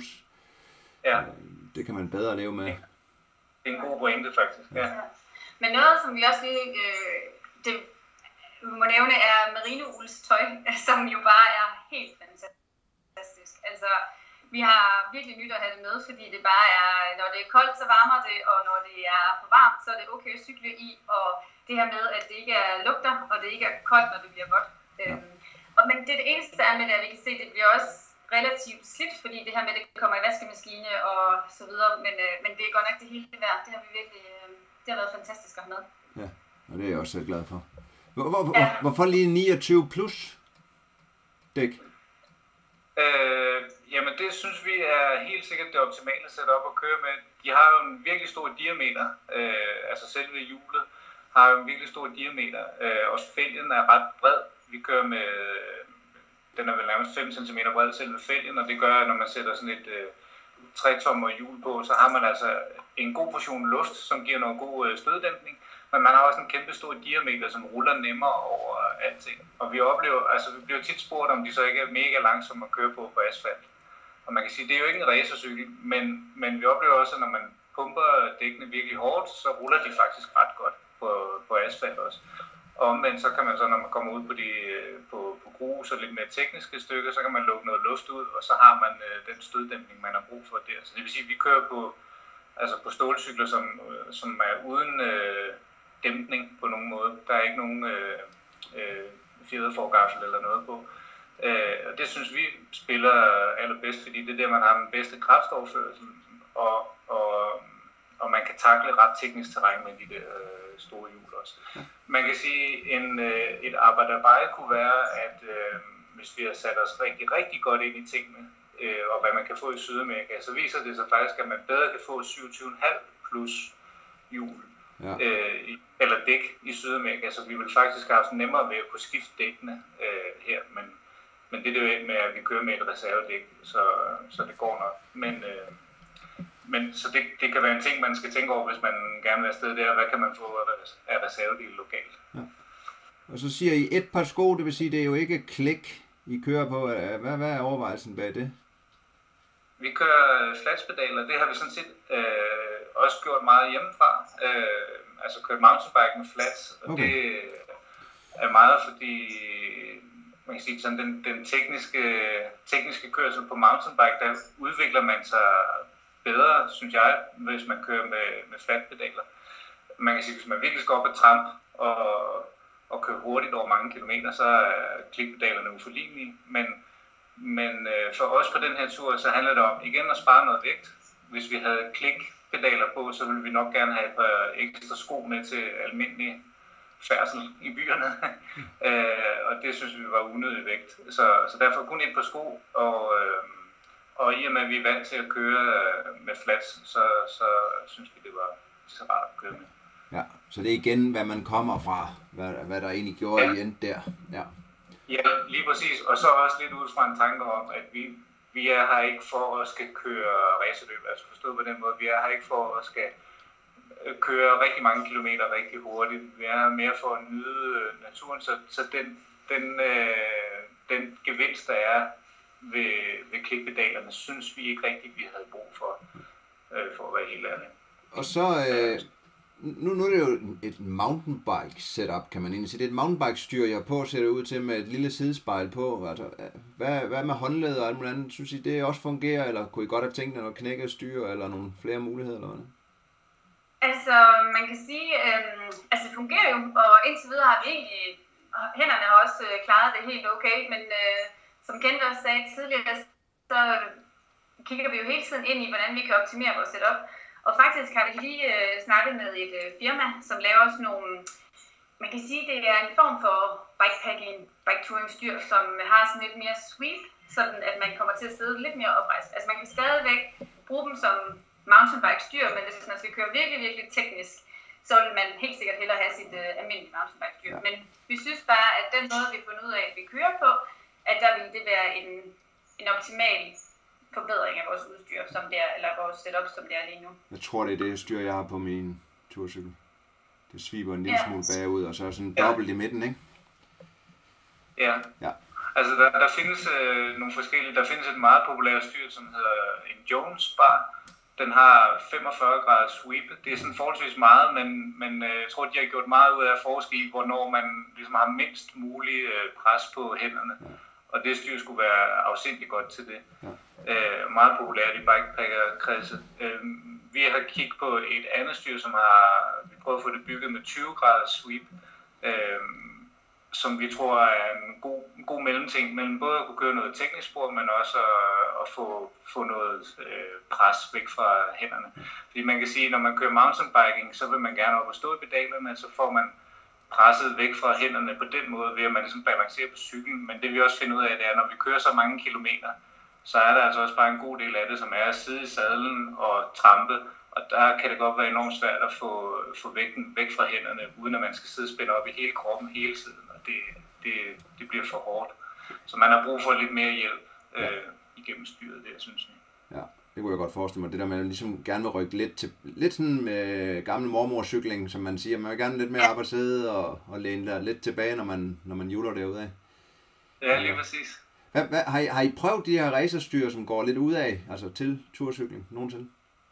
Speaker 2: Ja.
Speaker 1: Det kan man bedre leve med.
Speaker 2: Det er en god pointe, faktisk. Ja.
Speaker 3: Ja. Men noget, som vi også lige øh, det, vi må nævne, er merino-ulds tøj, som jo bare er helt fantastisk. Altså, vi har virkelig nyt at have det med, fordi det bare er, når det er koldt, så varmer det, og når det er for varmt, så er det okay at cykle i, og det her med, at det ikke er lugter, og det ikke er koldt, når det bliver vådt. Ja. Øhm, og, men det, det eneste er med det, at vi kan se, at det bliver også relativt slidt, fordi det her med, at det kommer i vaskemaskine og så videre, men, øh, men det er godt nok det hele værd. Det har vi virkelig, øh, det har været fantastisk at have med.
Speaker 1: Ja, og det er jeg også selv glad for. Hvor, hvor, ja. Hvorfor lige niogtyve plus dæk?
Speaker 2: Øh, jamen det synes vi er helt sikkert det optimale setup at køre med. De har jo en virkelig stor diameter, øh, altså selve hjulet har jo en virkelig stor diameter. Øh, også fælgen er ret bred. Vi kører med, den er vel nærmest fem centimeter bred selve fælgen, og det gør, at når man sætter sådan et øh, tre tommer hjul på, så har man altså en god portion luft, som giver noget god øh, støddæmpning. Men man har også en kæmpe stor diameter, som ruller nemmere over alting. Og vi oplever, altså vi bliver tit spurgt, om de så ikke er mega langsomme at køre på på asfalt. Og man kan sige, det er jo ikke en racercykel, men, men vi oplever også, at når man pumper dækkene virkelig hårdt, så ruller de faktisk ret godt på, på asfalt også. Og omvendt så kan man så, når man kommer ud på, de, på, på grus og lidt mere tekniske stykker, så kan man lukke noget luft ud, og så har man øh, den støddæmpning, man har brug for der. Så det vil sige, at vi kører på, altså på stålcykler, som, som er uden øh, dæmpning på nogen måde. Der er ikke nogen øh, øh, fjederforgaffel eller noget på. Øh, og det synes vi spiller allerbedst, fordi det er der, man har den bedste kraftoverførsel, og, og, og man kan takle ret teknisk terræn med de der øh, store hjul også. Man kan sige, en, øh, et arbejderbej kunne være, at øh, hvis vi har sat os rigtig, rigtig godt ind i tingene, øh, og hvad man kan få i Sydamerika, så viser det sig faktisk, at man bedre kan få syvogtyve komma fem plus hjul. Ja. Øh, eller dæk i Sydamerika, så vi vil faktisk have haft nemmere ved at kunne skifte dækkene øh, her, men, men det er det med, at vi kører med et reservedæk, så, så det går nok. Men, øh, men så det, det kan være en ting, man skal tænke over, hvis man gerne vil afsted der, hvad kan man få af reservedel lokalt. Ja.
Speaker 1: Og så siger I et par sko, det vil sige, det er jo ikke klik, I kører på. Hvad, hvad er overvejelsen bag det?
Speaker 2: Vi kører flatspedaler, det har vi sådan set øh, også gjort meget hjemmefra. Øh, altså kørt mountainbike med flats, og okay. Det er meget fordi, man kan sige sådan, den, den tekniske, tekniske kørsel på mountainbike, der udvikler man sig bedre, synes jeg, hvis man kører med, med flatpedaler. man kan sige, hvis man virkelig skal op og trampe og, og køre hurtigt over mange kilometer, så er klikpedalerne uforlignelige. Men, men øh, for os på den her tur, så handler det om igen at spare noget vægt. Hvis vi havde klikpedaler på, så ville vi nok gerne have et par ekstra sko med til almindelig færdsel i byerne. øh, og det synes vi var unødig vægt. Så, så derfor kun et par sko, og, øh, og i og med, at vi er vant til at køre med flats, så, så synes vi, det var så rart at køre med.
Speaker 1: Ja, så det er igen, hvad man kommer fra, hvad, hvad der egentlig gjorde ja. i end der. Ja.
Speaker 2: Ja, lige præcis. Og så også lidt ud fra en tanke om, at vi, vi er her ikke for at skal køre racerløb, altså forstået på den måde. Vi er her ikke for at skal køre rigtig mange kilometer rigtig hurtigt. Vi er her mere for at nyde naturen, så, så den, den, øh, den gevinst, der er ved, ved klikpedalerne, synes vi ikke rigtig, vi havde brug for, øh, for at være helt ærlig.
Speaker 1: Og så, øh, nu, nu er det jo et mountainbike setup, kan man egentlig sige. Det er et mountainbike styr, jeg på ser det ud til med et lille sidespejl på. Altså, hvad, hvad med håndled og alt muligt andet? Synes I, det også fungerer, eller kunne I godt have tænkt jer noget knækket styr, eller nogle flere muligheder, eller hvad?
Speaker 3: Altså, man kan sige, øh, altså det fungerer jo, og indtil videre har vi egentlig, hænderne har også øh, klaret det helt okay, men øh, som Kent også sagde tidligere, så kigger vi jo hele tiden ind i, hvordan vi kan optimere vores setup. Og faktisk har vi lige øh, snakket med et øh, firma, som laver også nogle, man kan sige, det er en form for bikepacking, biketouring styr, som har sådan lidt mere sweep, sådan at man kommer til at sidde lidt mere oprejst. Altså man kan stadigvæk bruge dem som mountainbike styr, men hvis man skal køre virkelig, virkelig teknisk, så vil man helt sikkert hellere have sit uh, almindelige mountainbike styr. Ja. Men vi synes bare, at den måde, vi har fundet ud af, at vi kører på, at der vil det være en, en optimal forbedring af vores udstyr, som det er, eller vores setup, som det er lige nu.
Speaker 1: Jeg tror, det er det styr, jeg har på min turcykel. Det sviber en lille ja. smule bagud, og så er sådan ja. dobbelt i midten, ikke?
Speaker 2: Ja. ja. Altså, der, der findes øh, nogle forskellige, der findes et meget populært styr, som hedder en Jones bar. Den har femogfyrre grader sweep. Det er sådan forholdsvis meget, men, men øh, jeg tror, de har gjort meget ud af at forske i, hvornår man ligesom har mindst mulig øh, pres på hænderne. Ja. Og det styr skulle være afsindigt godt til det. Ja. Øh, meget populært i bikepackerkredse. Øh, vi har kigget på et andet styr, som har vi prøvet at få det bygget med tyve grader sweep. Øh, som vi tror er en god, en god mellemting mellem både at kunne køre noget teknisk spor, men også at, at få, få noget øh, pres væk fra hænderne. Fordi man kan sige, at når man kører mountainbiking, så vil man gerne op og stå i pedalerne, så får man presset væk fra hænderne på den måde, ved at man ligesom balancerer på cyklen. Men det vi også finder ud af, det er, at når vi kører så mange kilometer, så er der altså også bare en god del af det, som er at sidde i sadlen og trampe. Og der kan det godt være enormt svært at få, få vægten væk fra hænderne, uden at man skal sidde og spænde op i hele kroppen hele tiden. Og det, det, det bliver for hårdt. Så man har brug for lidt mere hjælp øh, igennem styret der, synes jeg.
Speaker 1: Ja, det kunne jeg godt forestille mig. Det der med at ligesom gerne vil rykke lidt til, lidt sådan med gamle mormorcykling, som man siger. Man vil gerne lidt mere op og sidde og, og læne der lidt tilbage, når man, når man hjuler derudad.
Speaker 2: Ja, lige præcis.
Speaker 1: Hvad, hvad, har, I, har I prøvet de her racerstyr, som går lidt ud af, altså til turcykling nogensinde?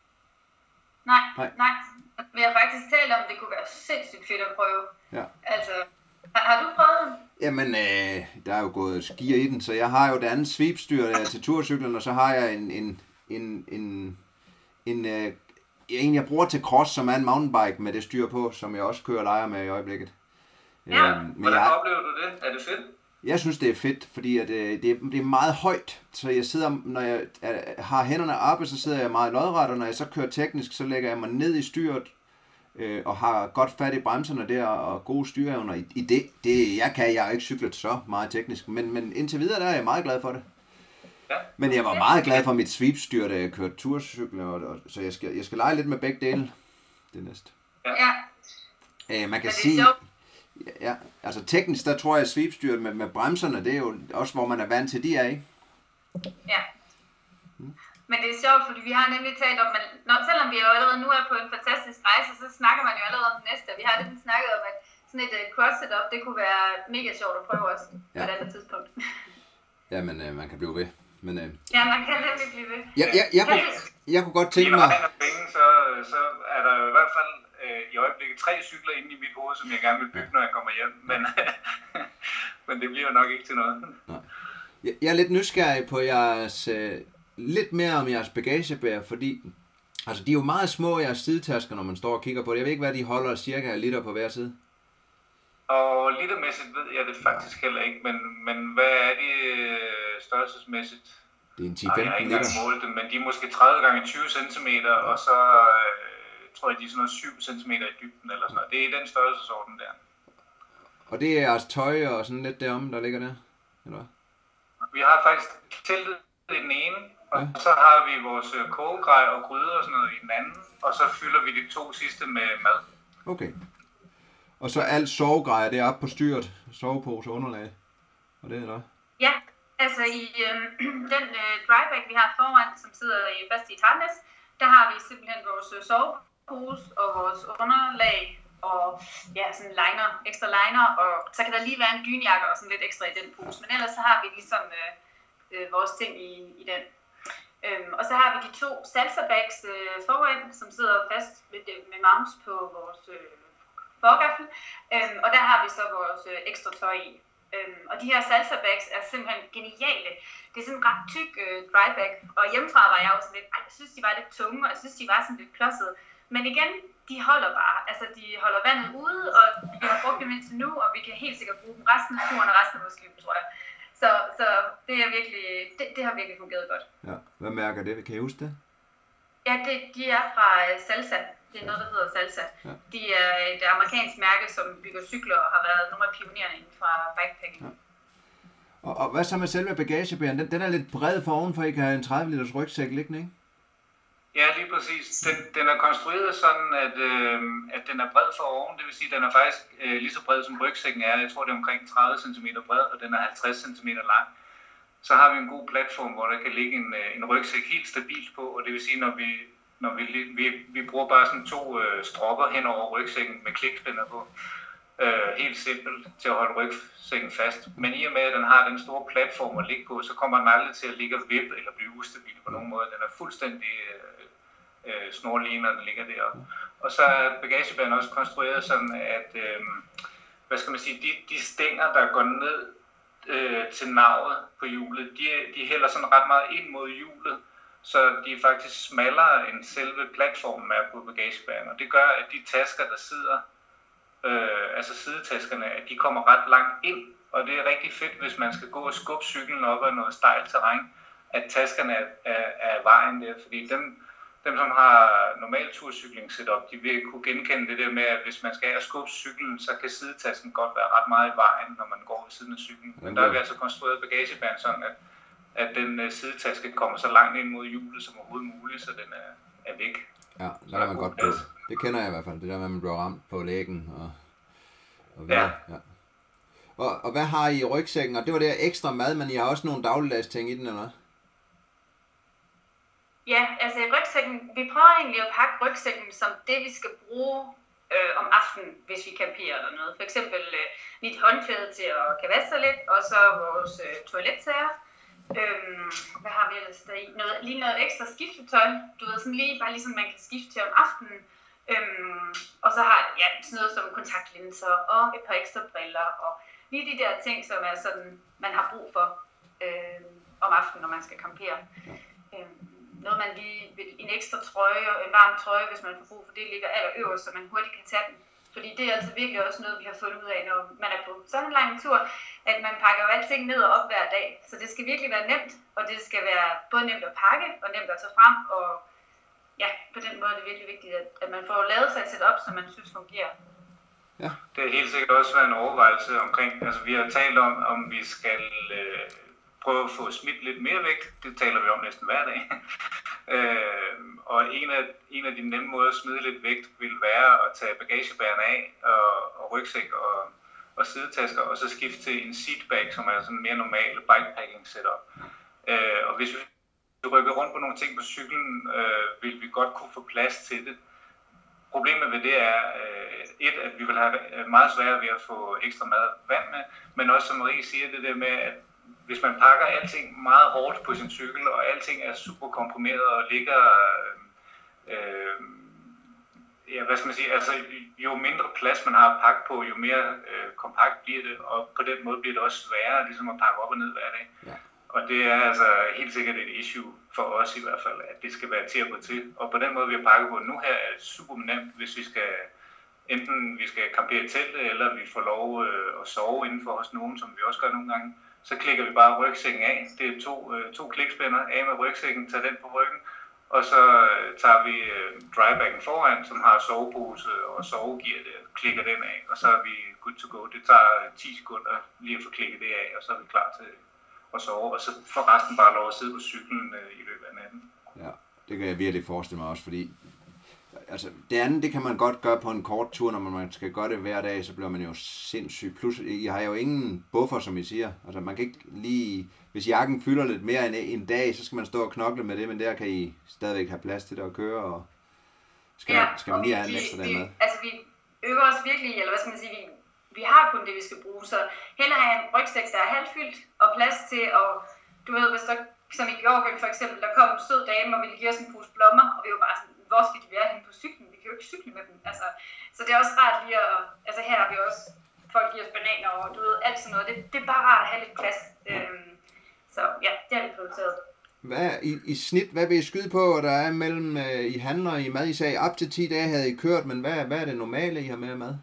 Speaker 3: Nej, nej, nej. Vi har faktisk talt om, at det kunne være sindssygt fedt at prøve.
Speaker 1: Ja.
Speaker 3: Altså, har, har du prøvet den?
Speaker 1: Jamen, øh, der er jo gået skier i den, så jeg har jo det andet sweepstyr der til turcyklen, og så har jeg en, en, en, en, en, øh, en, jeg bruger til cross, som er en mountainbike med det styr på, som jeg også kører og leger med i øjeblikket.
Speaker 2: Ja, øhm, men hvordan jeg, oplever du det? Er det fedt?
Speaker 1: Jeg synes, det er fedt, fordi at, øh, det, er, det er meget højt, så jeg sidder, når jeg øh, har hænderne oppe, så sidder jeg meget lodret, og når jeg så kører teknisk, så lægger jeg mig ned i styret, øh, og har godt fat i bremserne der, og gode styreevner i, i det. det. Jeg kan, jeg har ikke cyklet så meget teknisk, men, men indtil videre, der er jeg meget glad for det. Ja. Men jeg var meget glad for mit sweepstyr, da jeg kørte turcykel, og, og, så jeg skal, jeg skal lege lidt med begge dele det næste.
Speaker 3: Ja.
Speaker 1: Øh, man kan sige... Ja, altså teknisk, der tror jeg, at sweepstyret med, med bremserne, det er jo også, hvor man er vant til, de er, ikke?
Speaker 3: Ja. Hmm. Men det er sjovt, fordi vi har nemlig talt om, at når, selvom vi jo allerede nu er på en fantastisk rejse, så snakker man jo allerede om det næste. Vi har lidt snakket om, at sådan et uh, cross setup, det kunne være mega sjovt at prøve også på ja. et andet tidspunkt.
Speaker 1: Ja, men øh, man kan blive ved. Men, øh...
Speaker 3: Ja, man kan nemlig blive ved.
Speaker 1: Ja, ja, jeg, kunne, jeg kunne godt tænke mig...
Speaker 2: Så, så er der i hvert fald i øjeblikket tre cykler inde i mit hoved, som jeg gerne vil bygge, når jeg kommer hjem, men, men det bliver nok ikke til noget. Nej.
Speaker 1: Jeg er lidt nysgerrig på jeres, uh, lidt mere om jeres bagagebær, fordi Altså, de er jo meget små, jeres sidetasker, når man står og kigger på det. Jeg ved ikke, hvad de holder cirka af liter på hver side.
Speaker 2: Og litermæssigt ved jeg det faktisk heller ikke, men, men hvad er de øh, størrelsesmæssigt?
Speaker 1: Det er en ti
Speaker 2: Ej,
Speaker 1: til
Speaker 2: jeg har
Speaker 1: femten
Speaker 2: ikke
Speaker 1: liter.
Speaker 2: engang målt det, men de er måske tredive gange tyve centimeter, og så øh, tror jeg, de er sådan noget syv centimeter i dybden eller sådan noget. Det er i den størrelsesorden der.
Speaker 1: Og det er jeres tøj og sådan lidt derom, der ligger der? Eller hvad?
Speaker 2: Vi har faktisk teltet i den ene, og
Speaker 1: Ja.
Speaker 2: så har vi vores øh, kogegrej og gryder og sådan noget i den anden, og så fylder vi de to sidste med mad.
Speaker 1: Okay. Og så alt sovegrejer, det er oppe på styret, sovepose og underlag. Og det er der.
Speaker 3: Ja, altså i øh, den øh, drybag, vi har foran, som sidder i, fast i tarnes, der har vi simpelthen vores øh, sovepose og vores underlag og ja, sådan liner, ekstra liner, og så kan der lige være en dynjakke og sådan lidt ekstra i den pose. Men ellers så har vi ligesom øh, øh, vores ting i, i den. Øhm, og så har vi de to salsa bags øh, foran, som sidder fast med, med mounts på vores øh, forgaffel. Øhm, og der har vi så vores øh, ekstra tøj i. Øhm, og de her salsa bags er simpelthen geniale. Det er sådan en ret tyk øh, dry bag, og hjemmefra var jeg jo sådan lidt, jeg synes de var lidt tunge, og jeg synes de var sådan lidt klodsede. Men igen, de holder bare, altså de holder vandet ude, og vi har brugt dem indtil nu, og vi kan helt sikkert bruge dem resten af turen og resten af vores liv, tror jeg. Så, så det, er virkelig, det, det har virkelig fungeret godt.
Speaker 1: Ja. Hvad mærker det? Kan I huske det?
Speaker 3: Ja, det, de er fra Salsa. Det er noget, der hedder Salsa.
Speaker 1: Ja.
Speaker 3: De er et amerikansk mærke, som bygger cykler og har været nogle af pionererne inden fra bikepacking.
Speaker 1: Ja. Og, og hvad så med selve bagagebæren? Den, den er lidt bred for oven, for I kan have en tredive liters rygsæk liggende, ikke?
Speaker 2: Ja, lige præcis. Den, den er konstrueret sådan, at, øh, at den er bred for oven. Det vil sige, at den er faktisk øh, lige så bred som rygsækken er. Jeg tror, det er omkring tredive centimeter bred, og den er halvtreds centimeter lang. Så har vi en god platform, hvor der kan ligge en, en rygsæk helt stabilt på. Og det vil sige, når vi, når vi, vi, vi bruger bare sådan to øh, stropper hen over rygsækken med klikspænder på. Øh, helt simpelt til at holde rygsækken fast. Men i og med, at den har den store platform at ligge på, så kommer den aldrig til at ligge og vippe eller blive ustabil på nogen måde. Den er fuldstændig øh, øh, snorlige, når den ligger deroppe. Og så er bagagebæren også konstrueret sådan, at øh, hvad skal man sige, de, de stænger, der går ned øh, til navet på hjulet, de, de hælder sådan ret meget ind mod hjulet, så de er faktisk smallere end selve platformen er på bagagebæren. Og det gør, at de tasker, der sidder Øh, altså sidetaskerne, at de kommer ret langt ind, og det er rigtig fedt, hvis man skal gå og skubbe cyklen op ad noget stejlt terræn, at taskerne er, er, er vejen der, fordi dem, dem som har normal turcykling setup, de vil kunne genkende det der med, at hvis man skal af og skubbe cyklen, så kan sidetasken godt være ret meget i vejen, når man går ved siden af cyklen. Men der har vi altså konstrueret bagagebæren sådan, at, at den uh, sidetaske kommer så langt ind mod hjulet som overhovedet muligt, så den er, er væk.
Speaker 1: Ja, der er man godt på. Det kender jeg i hvert fald, det der med, at man bliver ramt på lægen og, og
Speaker 2: ja.
Speaker 1: ja. Og, og hvad har I i rygsækken? Og det var det ekstra mad, men I har også nogle dagligdags ting i den, eller?
Speaker 3: Ja, altså i rygsækken, vi prøver egentlig at pakke rygsækken som det, vi skal bruge øh, om aftenen, hvis vi camperer eller noget. For eksempel øh, lidt håndklæde til at kavasse sig lidt, og så vores øh, toiletsager. Øhm, hvad har vi ellers der i? Noget, lige noget ekstra skiftetøj. Du ved, sådan lige, bare ligesom man kan skifte til om aftenen. Øhm, og så har ja, sådan noget som kontaktlinser og et par ekstra briller. Og lige de der ting, som er sådan, man har brug for øh, om aftenen, når man skal campere. Øhm, noget man lige vil, en ekstra trøje, en varm trøje, hvis man får brug for det, ligger allerøverst, så man hurtigt kan tage den. Fordi det er altså virkelig også noget, vi har fundet ud af, når man er på sådan en lang tur, at man pakker jo alting ned og op hver dag. Så det skal virkelig være nemt, og det skal være både nemt at pakke og nemt at tage frem. Og ja, på den måde er det virkelig vigtigt, at, at man får lavet sig et setup, som man synes fungerer.
Speaker 2: Ja. Det er helt sikkert også været en overvejelse omkring, altså vi har talt om, om vi skal øh, prøve at få smidt lidt mere væk. Det taler vi om næsten hver dag. øh, og en af, en af de nemme måder at smide lidt vægt vil være at tage bagagebærerne af og, og rygsæk og, og sidetasker, og så skifte til en seatbag, som er sådan en mere normal bikepacking setup. Øh, og hvis vi rykker rundt på nogle ting på cyklen, øh, vil vi godt kunne få plads til det. Problemet ved det er, øh, et, at vi vil have meget svært ved at få ekstra mad og vand med, men også som Marie siger, det der med, at hvis man pakker alting meget hårdt på sin cykel, og alting er super komprimeret og ligger, øh, ja, hvad skal man sige, altså jo mindre plads man har at pakke på, jo mere øh, kompakt bliver det, og på den måde bliver det også sværere ligesom at pakke op og ned hver dag. Ja. Og det er altså helt sikkert et issue for os i hvert fald, at det skal være til at gå til. Og på den måde, vi har pakket på nu her, er det super nemt, hvis vi skal, enten vi skal campere i teltet, eller vi får lov øh, at sove inden for os nogen, som vi også gør nogle gange. Så klikker vi bare rygsækken af. Det er to, øh, to klikspænder af med rygsækken, tager den på ryggen. Og så øh, tager vi øh, drybagen foran, som har sovepose og sovegear der, klikker den af, og så er vi good to go. Det tager ti sekunder lige at få klikket det af, og så er vi klar til at sove. Og så får resten bare lov at sidde på cyklen øh, i løbet af natten.
Speaker 1: Ja, det kan jeg virkelig forestille mig også, fordi altså, det andet, det kan man godt gøre på en kort tur, når man skal gøre det hver dag, så bliver man jo sindssygt. Plus, I har jo ingen buffer, som I siger. Altså, man kan ikke lige... Hvis jakken fylder lidt mere end en dag, så skal man stå og knokle med det, men der kan I stadigvæk have plads til det at køre, og skal,
Speaker 3: ja,
Speaker 1: man, skal man lige have en ekstra dag med?
Speaker 3: Altså, vi øver os virkelig, eller hvad skal man sige, vi, vi har kun det, vi skal bruge, så hellere have en rygsæk, der er halvfyldt, og plads til, og du ved, hvis der, som i Georgien for eksempel, der kom en sød dame, og ville give os en pose blommer, og vi var bare sådan, hvor skal de være henne på cyklen? Vi kan jo ikke cykle med dem, altså. Så det er også rart lige at, altså her har vi også, folk giver os bananer, og du ved, alt sådan noget, det, det er bare rart at have lidt plads. Øhm, Så ja, det har vi prioriteret.
Speaker 1: Hvad i, i snit, hvad vil I skyde på, der er mellem øh, I handler i mad? I sagde, op til ti dage havde I kørt, men hvad, hvad er det normale, I har med mad?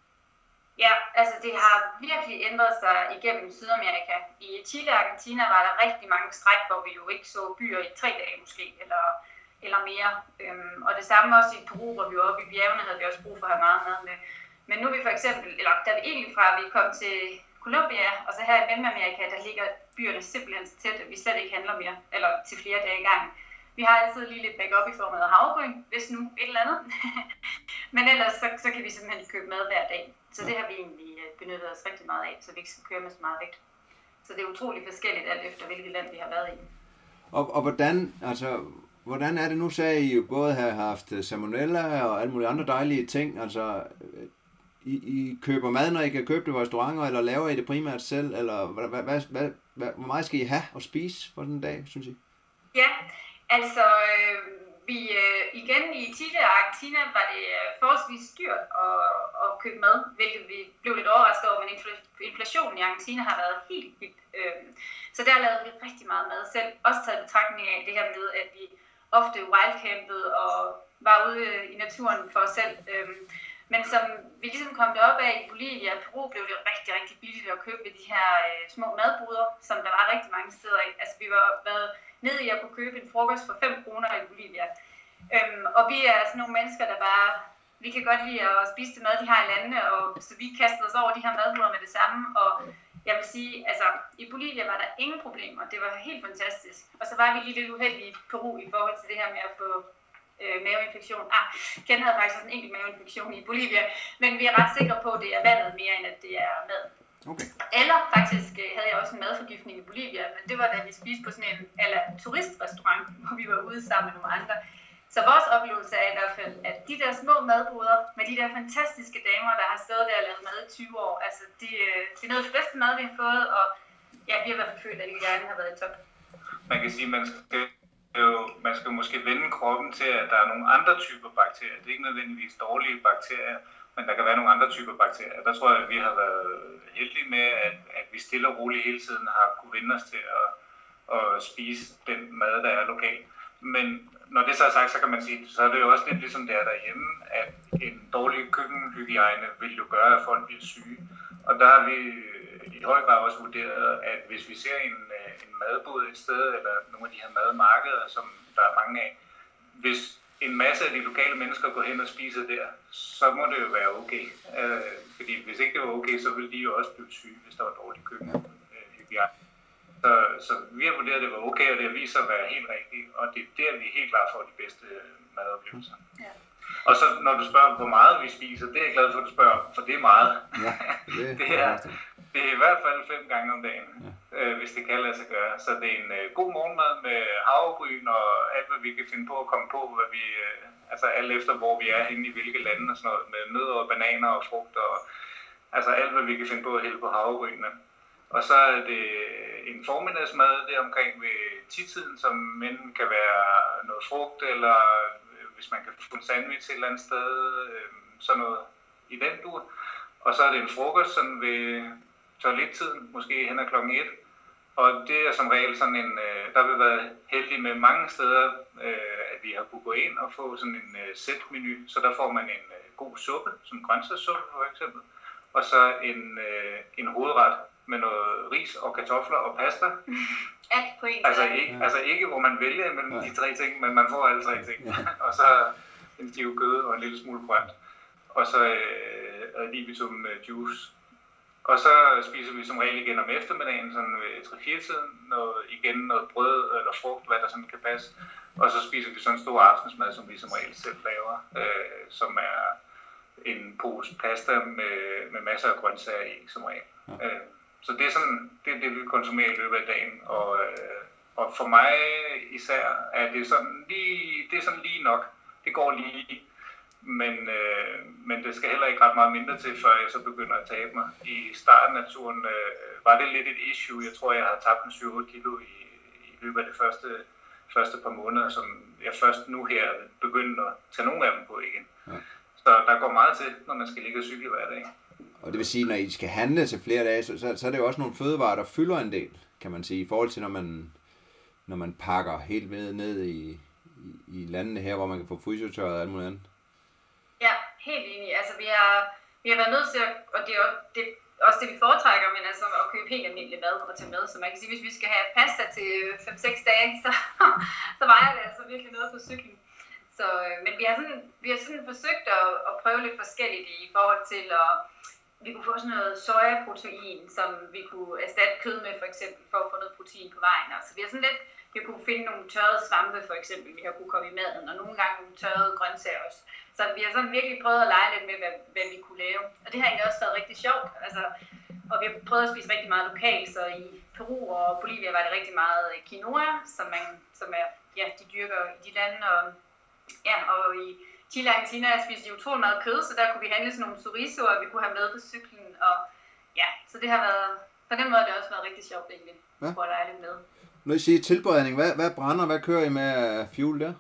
Speaker 3: Ja, altså det har virkelig ændret sig igennem Sydamerika. I Chile og Argentina var der rigtig mange stræk, hvor vi jo ikke så byer i tre dage måske, eller, eller mere. Øhm, og det samme også i Peru, hvor vi var oppe i bjergene, havde vi også brug for at have meget mad med. Men nu er vi for eksempel, eller da vi egentlig fra, at vi kom til Colombia, og så her i Mellemamerika, der ligger byerne simpelthen så tæt, at vi slet ikke handler mere, eller til flere dage i gang. Vi har altid lige lidt backup i form af havregryn, hvis nu et eller andet. Men ellers så, så kan vi simpelthen købe mad hver dag. Så det har vi egentlig benyttet os rigtig meget af, så vi ikke skal køre med så meget vægt. Så det er utroligt forskelligt alt efter, hvilket land vi har været i.
Speaker 1: Og, og hvordan, altså, hvordan er det nu, sagde I jo både har haft salmonella og alle mulige andre dejlige ting, altså... I, I køber mad, når I kan købe det i restauranter, eller laver I det primært selv, eller hvad, hvad, hvad, hvad, hvor meget skal I have at spise for den dag, synes I?
Speaker 3: Ja, altså øh, vi øh, igen i Chile og Argentina var det øh, forholdsvis dyrt at, at købe mad, hvilket vi blev lidt overrasket over, men inflationen i Argentina har været helt vildt. Øh, så der lavede vi rigtig meget mad selv, også taget betragtning af det her med, at vi ofte wildcampede og var ude i naturen for os selv. Øh, Men som vi ligesom kom derop af i Bolivia og Peru, blev det rigtig, rigtig billigt at købe de her øh, små madboder, som der var rigtig mange steder af. Altså vi var været nede i at kunne købe en frokost for fem kroner i Bolivia. Øhm, og vi er sådan nogle mennesker, der bare, vi kan godt lide at spise det mad, de har i landene, og så vi kastede os over de her madboder med det samme. Og jeg vil sige, altså i Bolivia var der ingen problemer, det var helt fantastisk. Og så var vi lige lidt uheldige i Peru i forhold til det her med at få Øh, maveinfektion. Ah, Ken havde faktisk også en enkelt maveinfektion i Bolivia, men vi er ret sikre på, at det er vandet mere, end at det er mad.
Speaker 1: Okay.
Speaker 3: Eller faktisk øh, havde jeg også en madforgiftning i Bolivia, men det var da vi spiste på sådan en eller turistrestaurant, hvor vi var ude sammen med nogle andre. Så vores oplevelse er i hvert fald, at de der små madboder med de der fantastiske damer, der har stået der og lavet mad i tyve år, altså det, det er noget af det bedste mad, vi har fået, og ja, vi har i hvert fald følt, at vi gerne har været i top.
Speaker 2: Man kan sige, at man skal Jo, man skal måske vende kroppen til, at der er nogle andre typer bakterier. Det er ikke nødvendigvis dårlige bakterier, men der kan være nogle andre typer bakterier. Der tror jeg, at vi har været heldige med, at, at vi stille og roligt hele tiden har kunne vende os til at, at spise den mad, der er lokal. Men når det så er sagt, så kan man sige, så er det jo også lidt ligesom det er derhjemme, at en dårlig køkkenhygiejne vil jo gøre, at folk bliver syge. Og der har vi i høj grad også vurderet, at hvis vi ser en, en madbod et sted, eller nogle af de her madmarkeder, som der er mange af, hvis en masse af de lokale mennesker går hen og spiser der, så må det jo være okay. Øh, fordi hvis ikke det var okay, så ville de jo også blive syge, hvis der var dårlig køkkenhygiejne. Så, så vi har vurderet, at det var okay, og det har vist sig at være helt rigtigt, og det er der, vi helt klart får de bedste madoplevelser. Ja. Og så når du spørger, hvor meget vi spiser, det er jeg glad for, at du spørger, for det er meget. Ja, det, det, er, det er i hvert fald fem gange om dagen, ja. øh, hvis det kan lade sig gøre. Så det er en øh, god morgenmad med havregryn og alt, hvad vi kan finde på at komme på, hvad vi, øh, altså alt efter, hvor vi er henne i hvilke lande og sådan noget, med nødder og bananer og frugt og altså alt, hvad vi kan finde på at hælde på havregrynene. Og så er det en formiddagsmad der omkring ved ti-tiden, som enten kan være noget frugt, eller hvis man kan få en sandwich et eller andet sted, sådan noget i den dur. Og så er det en frokost sådan ved toilettiden, måske hen ad klokken et. Og det er som regel sådan en, øh, der vil være heldig med mange steder, øh, at vi har kunne gå ind og få sådan en øh, sætmenu. Så der får man en øh, god suppe, som grøntsagssuppe for eksempel. Og så en, øh, en hovedret med noget ris og kartofler og pasta.
Speaker 3: Alt på en
Speaker 2: altså,
Speaker 3: dag.
Speaker 2: ikke, ja. altså ikke, hvor man vælger mellem ja. de tre ting, men man får alle tre ting. Ja. Og så en stiv kød og en lille smule grønt. Og så øh, ad libitum øh, juice. Og så spiser vi som regel igen om eftermiddagen, sådan ved tre fire tiden, noget, igen noget brød eller frugt, hvad der sådan kan passe. Og så spiser vi sådan en stor aftensmad, som vi som regel selv laver, øh, som er en pose pasta med, med masser af grøntsager i, som regel. Ja. Øh, så det er sådan, det er det, vi konsumerer i løbet af dagen. Og, øh, og for mig især er det sådan lige, det er sådan lige nok. Det går lige. Men, øh, men det skal heller ikke ret meget mindre til, før jeg så begynder at tabe mig. I starten af turen øh, var det lidt et issue. Jeg tror, jeg har tabt en syv otte kilo i, i løbet af det første, første par måneder, som jeg først nu her begynder at tage nogle af dem på igen. Ja. Så der går meget til, når man skal ligge og cykle hver dag.
Speaker 1: Og det vil sige, når I skal handle til flere dage, så, så, så er det jo også nogle fødevarer, der fylder en del, kan man sige, i forhold til, når man, når man pakker helt ned, ned i, i, i landene her, hvor man kan få frysetørret og alt muligt andet.
Speaker 3: Ja, helt enig. Altså, vi har, vi har været nødt til at, og det er også det, også det vi foretrækker, men altså at købe helt almindelig mad og tage med. Så man kan sige, hvis vi skal have pasta til fem seks dage, så, så vejer det altså virkelig noget på cyklen. Så, men vi har sådan, vi har sådan forsøgt at, at prøve lidt forskelligt i forhold til at vi kunne få sådan noget sojaprotein, som vi kunne erstatte kød med for eksempel, for at få noget protein på vejen. Altså vi har sådan lidt, vi kunne finde nogle tørrede svampe for eksempel, vi har kunne komme i maden, og nogle gange nogle tørrede grøntsager også. Så vi har sådan virkelig prøvet at lege lidt med, hvad, hvad vi kunne lave. Og det har egentlig også været rigtig sjovt. Altså, og vi har prøvet at spise rigtig meget lokalt, så i Peru og Bolivia var det rigtig meget quinoa, som, man, som er, ja, de dyrker i de lande. Og, ja, og i Chile og Argentina spiste de utrolig meget kød, så der kunne vi handle sådan nogle chorizo, og vi kunne have med på cyklen. Og ja, så det har været, på den måde har det også været rigtig sjovt egentlig, ja. At lege lidt med.
Speaker 1: Når I siger tilberedning, hvad, hvad brænder, hvad kører I med fuel der?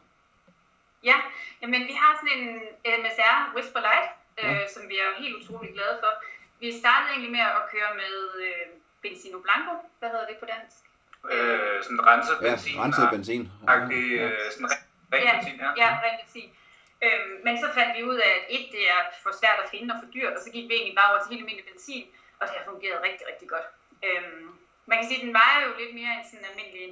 Speaker 3: Ja, jamen vi har sådan en M S R Whisper Light, øh, ja. Som vi er helt utrolig glade for. Vi startede egentlig med at køre med øh, Benzino Blanco. Hvad hedder det på dansk?
Speaker 2: Øh, sådan renset benzin.
Speaker 1: Ja, renset benzin.
Speaker 2: Ja, ja. Sådan ren
Speaker 3: ja,
Speaker 2: benzin, ja.
Speaker 3: Ja, ren benzin. Øhm, men så fandt vi ud af, at et, det er for svært at finde og for dyrt, og så gik vi egentlig bare over til helt almindelig benzin, og det har fungeret rigtig, rigtig godt. Øhm, man kan sige, at den vejer jo lidt mere end sådan en almindelig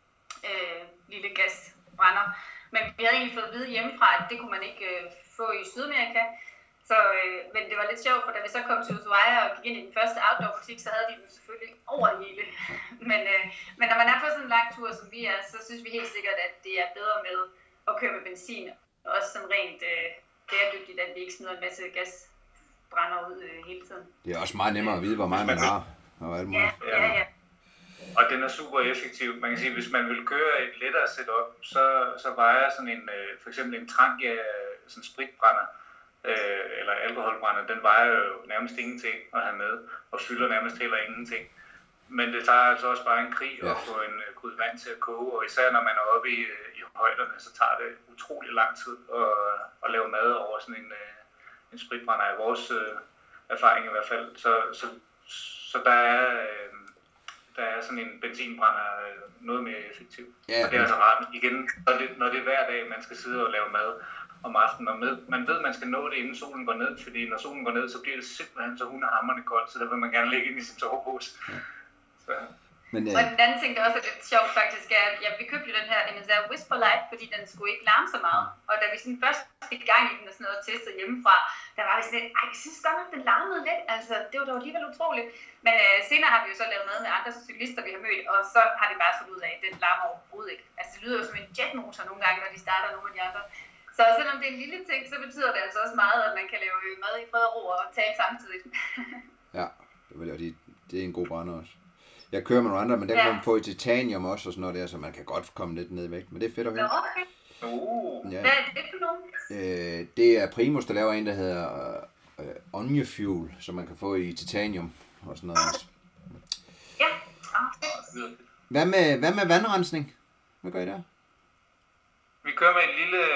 Speaker 3: øh, lille gasbrænder. Men vi havde egentlig fået at vide hjemmefra, at det kunne man ikke øh, få i Sydamerika. Så, øh, men det var lidt sjovt, for da vi så kom til Ushuaia og gik ind i den første outdoor-butik, så havde de den selvfølgelig over det hele. men, øh, men når man er på sådan en lang tur, som vi er, så synes vi helt sikkert, at det er bedre med at køre med benzin. Også sådan rent øh, bæredygtigt, at vi ikke smider en masse gasbrænder ud øh, hele tiden.
Speaker 1: Det er også meget nemmere at vide, hvor meget man har. Og alt muligt.
Speaker 3: Ja, ja, ja.
Speaker 2: Og den er super effektiv. Man kan sige, at hvis man vil køre et lettere setup, så, så vejer sådan en, for eksempel en Trangia, sådan en spritbrænder, øh, eller alkoholbrænder, den vejer jo nærmest ingenting at have med, og fylder nærmest heller ingenting. Men det tager altså også bare en krig at få en gryde vand til at koge, og især når man er oppe i, i højderne, så tager det utrolig lang tid at, at lave mad over sådan en, en spritbrænder, i vores øh, erfaring i hvert fald. Så, så, så der er... Øh, der er sådan en benzinbrænder noget mere effektiv. Ja, og det er altså rart. Igen, når det, når det er hver dag, man skal sidde og lave mad om aftenen, og med, man ved, at man skal nå det, inden solen går ned, fordi når solen går ned, så bliver det simpelthen så hundehamrende koldt, så der vil man gerne ligge ind i sin sovepose. Ja. Så.
Speaker 1: Men, øh...
Speaker 3: Og den anden ting, der også er lidt sjovt faktisk, er, at ja, vi købte den her M S R Whisper Light, fordi den skulle ikke larme så meget. Og da vi sådan først fik gang i den og sådan noget og testede hjemmefra, der var vi sådan lidt, ej, jeg synes godt nok, den larmede lidt. Altså, det var dog alligevel utroligt. Men øh, senere har vi jo så lavet mad med andre cyklister, vi har mødt, og så har vi bare fundet ud af, at den larmer overhovedet ikke. Altså, det lyder jo som en jetmotor nogle gange, når de starter nogle af de andre. Så selvom det er en lille ting, så betyder det altså også meget, at man kan lave mad i fred og ro og tale samtidig.
Speaker 1: Ja, det er en god brænder også. Jeg kører med nogle andre, men der ja. Kan man få i titanium også og sådan noget der, så man kan godt komme lidt ned i vægt. Men det er fedt at høre.
Speaker 3: Okay.
Speaker 2: Uh.
Speaker 3: Ja. Hvad er det for nogen?
Speaker 1: Øh, det er Primus, der laver en, der hedder øh, Onion Fuel, som man kan få i titanium og sådan noget også.
Speaker 3: Ja, okay.
Speaker 1: Hvad med, hvad med vandrensning? Hvad gør I der?
Speaker 2: Vi kører med en lille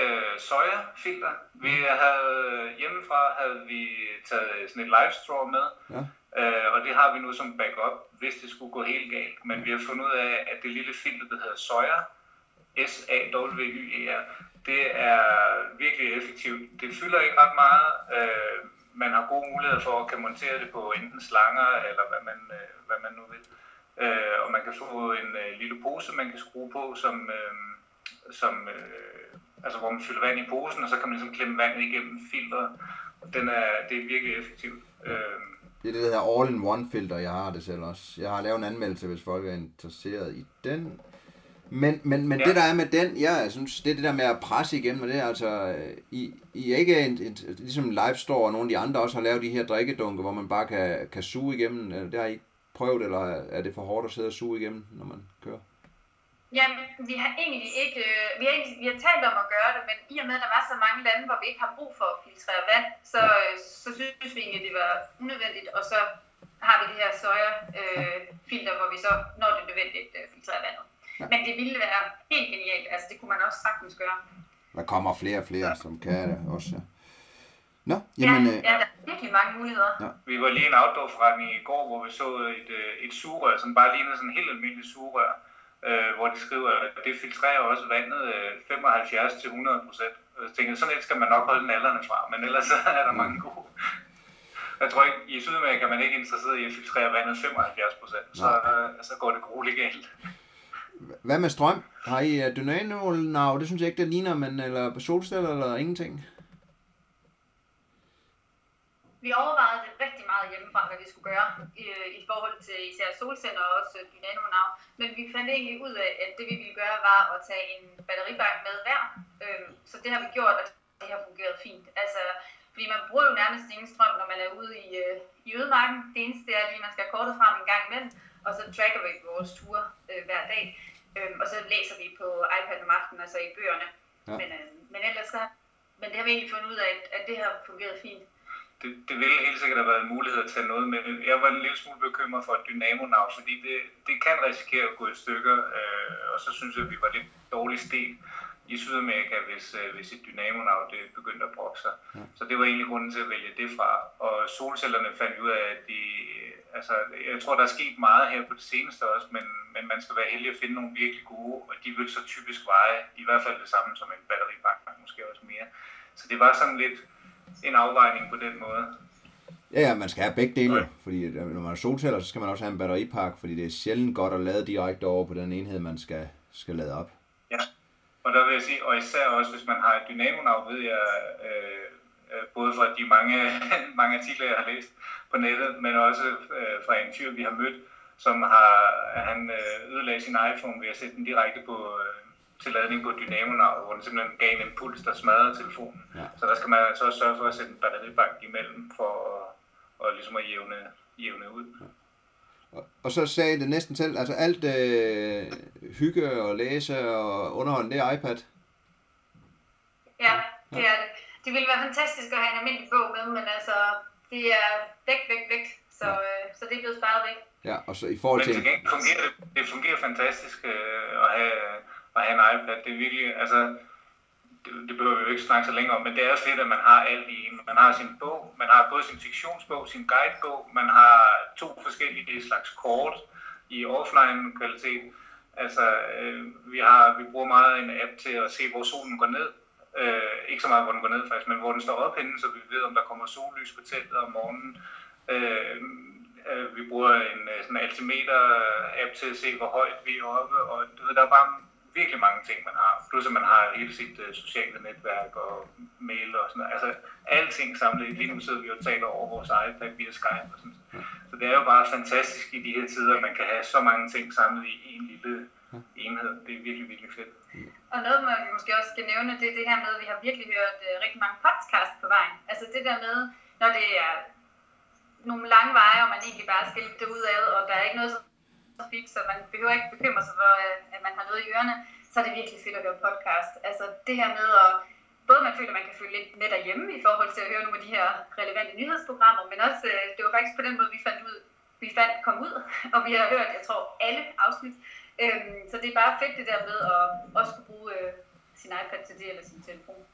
Speaker 2: sojafilter. Vi havde hjemmefra havde vi taget sådan et live straw med.
Speaker 1: Ja.
Speaker 2: Øh, og det har vi nu som backup, hvis det skulle gå helt galt. Men vi har fundet ud af, at det lille filter, der hedder Sawyr, S A W Y E R, det er virkelig effektivt. Det fylder ikke ret meget. Øh, man har gode muligheder for at kan montere det på enten slanger, eller hvad man, øh, hvad man nu vil. Øh, og man kan få en øh, lille pose, man kan skrue på, som, øh, som øh, altså hvor man fylder vand i posen, og så kan man ligesom klemme vandet igennem filteret. Den er, det er virkelig effektivt. Øh,
Speaker 1: Det er det, der hedder all-in-one filter, jeg har det selv også. Jeg har lavet en anmeldelse, hvis folk er interesseret i den. Men, men, men ja. Det der er med den, ja, jeg synes, det er det der med at presse igennem, og det er altså, I, I er ikke en, en, ligesom Live Store og nogle af de andre også har lavet de her drikkedunke, hvor man bare kan, kan suge igennem. Det har I ikke prøvet, eller er det for hårdt at sidde og suge igennem, når man kører?
Speaker 3: Jamen, vi har egentlig ikke, øh, vi har ikke, vi har talt om at gøre det, men i og med, at der var så mange lande, hvor vi ikke har brug for at filtrere vand, så, øh, så synes vi egentlig, det var unødvendigt, og så har vi det her Sawyr øh, filter, hvor vi så, når det er nødvendigt, øh, filtrerer vandet. Ja. Men det ville være helt genialt, altså det kunne man også sagtens gøre.
Speaker 1: Der kommer flere og flere, som kan det også, ja. Nå, jamen...
Speaker 3: Ja, ja, der er virkelig mange muligheder. Ja.
Speaker 2: Vi var lige i en outdoor-forretning i går, hvor vi så et, et sugerør, som bare lignede sådan en helt almindelig sugerør. Øh, hvor de skriver, at det filtrerer også vandet øh, femoghalvfjerds til hundrede procent. Jeg tænker, sådan et skal man nok holde nallerne fra, men ellers er der mange gode. Jeg tror ikke, i Sydamerika er man ikke interesseret i at filtrere vandet femoghalvfjerds procent, så, øh, så går det grueligt galt.
Speaker 1: Hvad med strøm? Har I uh, Dynamo? Nej, det synes jeg ikke, det ligner, men eller solceller eller ingenting?
Speaker 3: Vi overvejede det rigtig meget hjemmefra, hvad vi skulle gøre i, i forhold til især solceller og også Dynamo Now. Men vi fandt egentlig ud af, at det vi ville gøre var at tage en batteribank med hver. Øhm, så det har vi gjort, og det har fungeret fint. Altså, fordi man bruger jo nærmest ingen strøm, når man er ude i, øh, i ødemarken. Det eneste er lige, at man skal have kortet frem en gang imellem, og så tracker vi vores ture øh, hver dag. Øhm, og så læser vi på iPad om aftenen, altså i bøgerne. Ja. Men, øh, men ellers så, men det har vi egentlig fundet ud af, at, at det har fungeret fint.
Speaker 2: Det, det ville helt sikkert have været en mulighed at tage noget med. Jeg var en lille smule bekymret for Dynamo Now, fordi det, det kan risikere at gå i stykker, øh, og så synes jeg, at vi var lidt dårligt sted i Sydamerika, hvis, øh, hvis et Dynamo Now det begyndte at brokke sig. Ja. Så det var egentlig grunden til at vælge det fra. Og solcellerne fandt ud af, at de, altså, jeg tror, der er sket meget her på det seneste også, men, men man skal være heldig at finde nogle virkelig gode, og de vil så typisk veje i hvert fald det samme som en batteribank, måske også mere. Så det var sådan lidt en afvejning på den måde.
Speaker 1: Ja, ja, man skal have begge dele, okay. Fordi når man er solceller, så skal man også have en batteripark, fordi det er sjældent godt at lade direkte over på den enhed, man skal, skal lade op.
Speaker 2: Ja, og der vil jeg sige, og især også, hvis man har et Dynamo Now, ved jeg, øh, både fra de mange, mange artikler, jeg har læst på nettet, men også øh, fra en fyr, vi har mødt, som har, han øh, ødelagt sin iPhone ved at sætte den direkte på øh, til ladning på Dynamo Now, hvor den simpelthen gav en impuls, der smadrede telefonen. Ja. Så der skal man så også sørge for at sætte en batteribank imellem, for at, og ligesom at jævne, jævne ud. Ja.
Speaker 1: Og, og så sagde det næsten selv, altså alt øh, hygge og læse og underholde, det er iPad?
Speaker 3: Ja, det er det. Det ville være fantastisk at have en almindelig bog med, men altså, det er væk, væk, væk, så, ja. øh, så det er blevet sparet væk.
Speaker 1: Ja, og så i forhold til...
Speaker 2: Men til gengæld fungerer det, det fungerer fantastisk øh, at have... at have en iPad, det er virkelig, altså, det, det behøver vi jo ikke snakke så længe om, men det er fedt, at man har alt i en. Man har sin bog, man har både sin fiktionsbog, sin guidebog, man har to forskellige slags kort i offline kvalitet. Altså, øh, vi, har, vi bruger meget en app til at se, hvor solen går ned. Øh, ikke så meget, hvor den går ned faktisk, men hvor den står op henne, så vi ved, om der kommer sollys på teltet om morgenen. Øh, øh, vi bruger en sådan altimeter-app til at se, hvor højt vi er oppe, og du ved, der er bare virkelig mange ting, man har. Plus at man har hele sit uh, sociale netværk og mail og sådan noget. Altså, alting samlet. Lige nu sidder vi og taler over vores iPad via Skype og sådan noget. Så det er jo bare fantastisk i de her tider, at man kan have så mange ting samlet i en lille enhed. Det er virkelig, virkelig fedt.
Speaker 3: Og noget, man måske også skal nævne, det er det her med, at vi har virkelig hørt uh, rigtig mange podcasts på vejen. Altså det der med, når det er nogle lange veje, og man egentlig bare skal lidt derud af, og der er ikke noget trafik, så man behøver ikke bekymre sig for, at man har noget i ørerne, så er det virkelig fedt at høre podcast. Altså det her med at, både man føler, at man kan følge lidt med derhjemme i forhold til at høre nogle af de her relevante nyhedsprogrammer, men også, det var faktisk på den måde, vi fandt ud, vi fandt kom ud, og vi har hørt, jeg tror, alle afsnit. Øhm, så det er bare fedt det der med at også kunne bruge øh, sin iPad til det, eller sin telefon.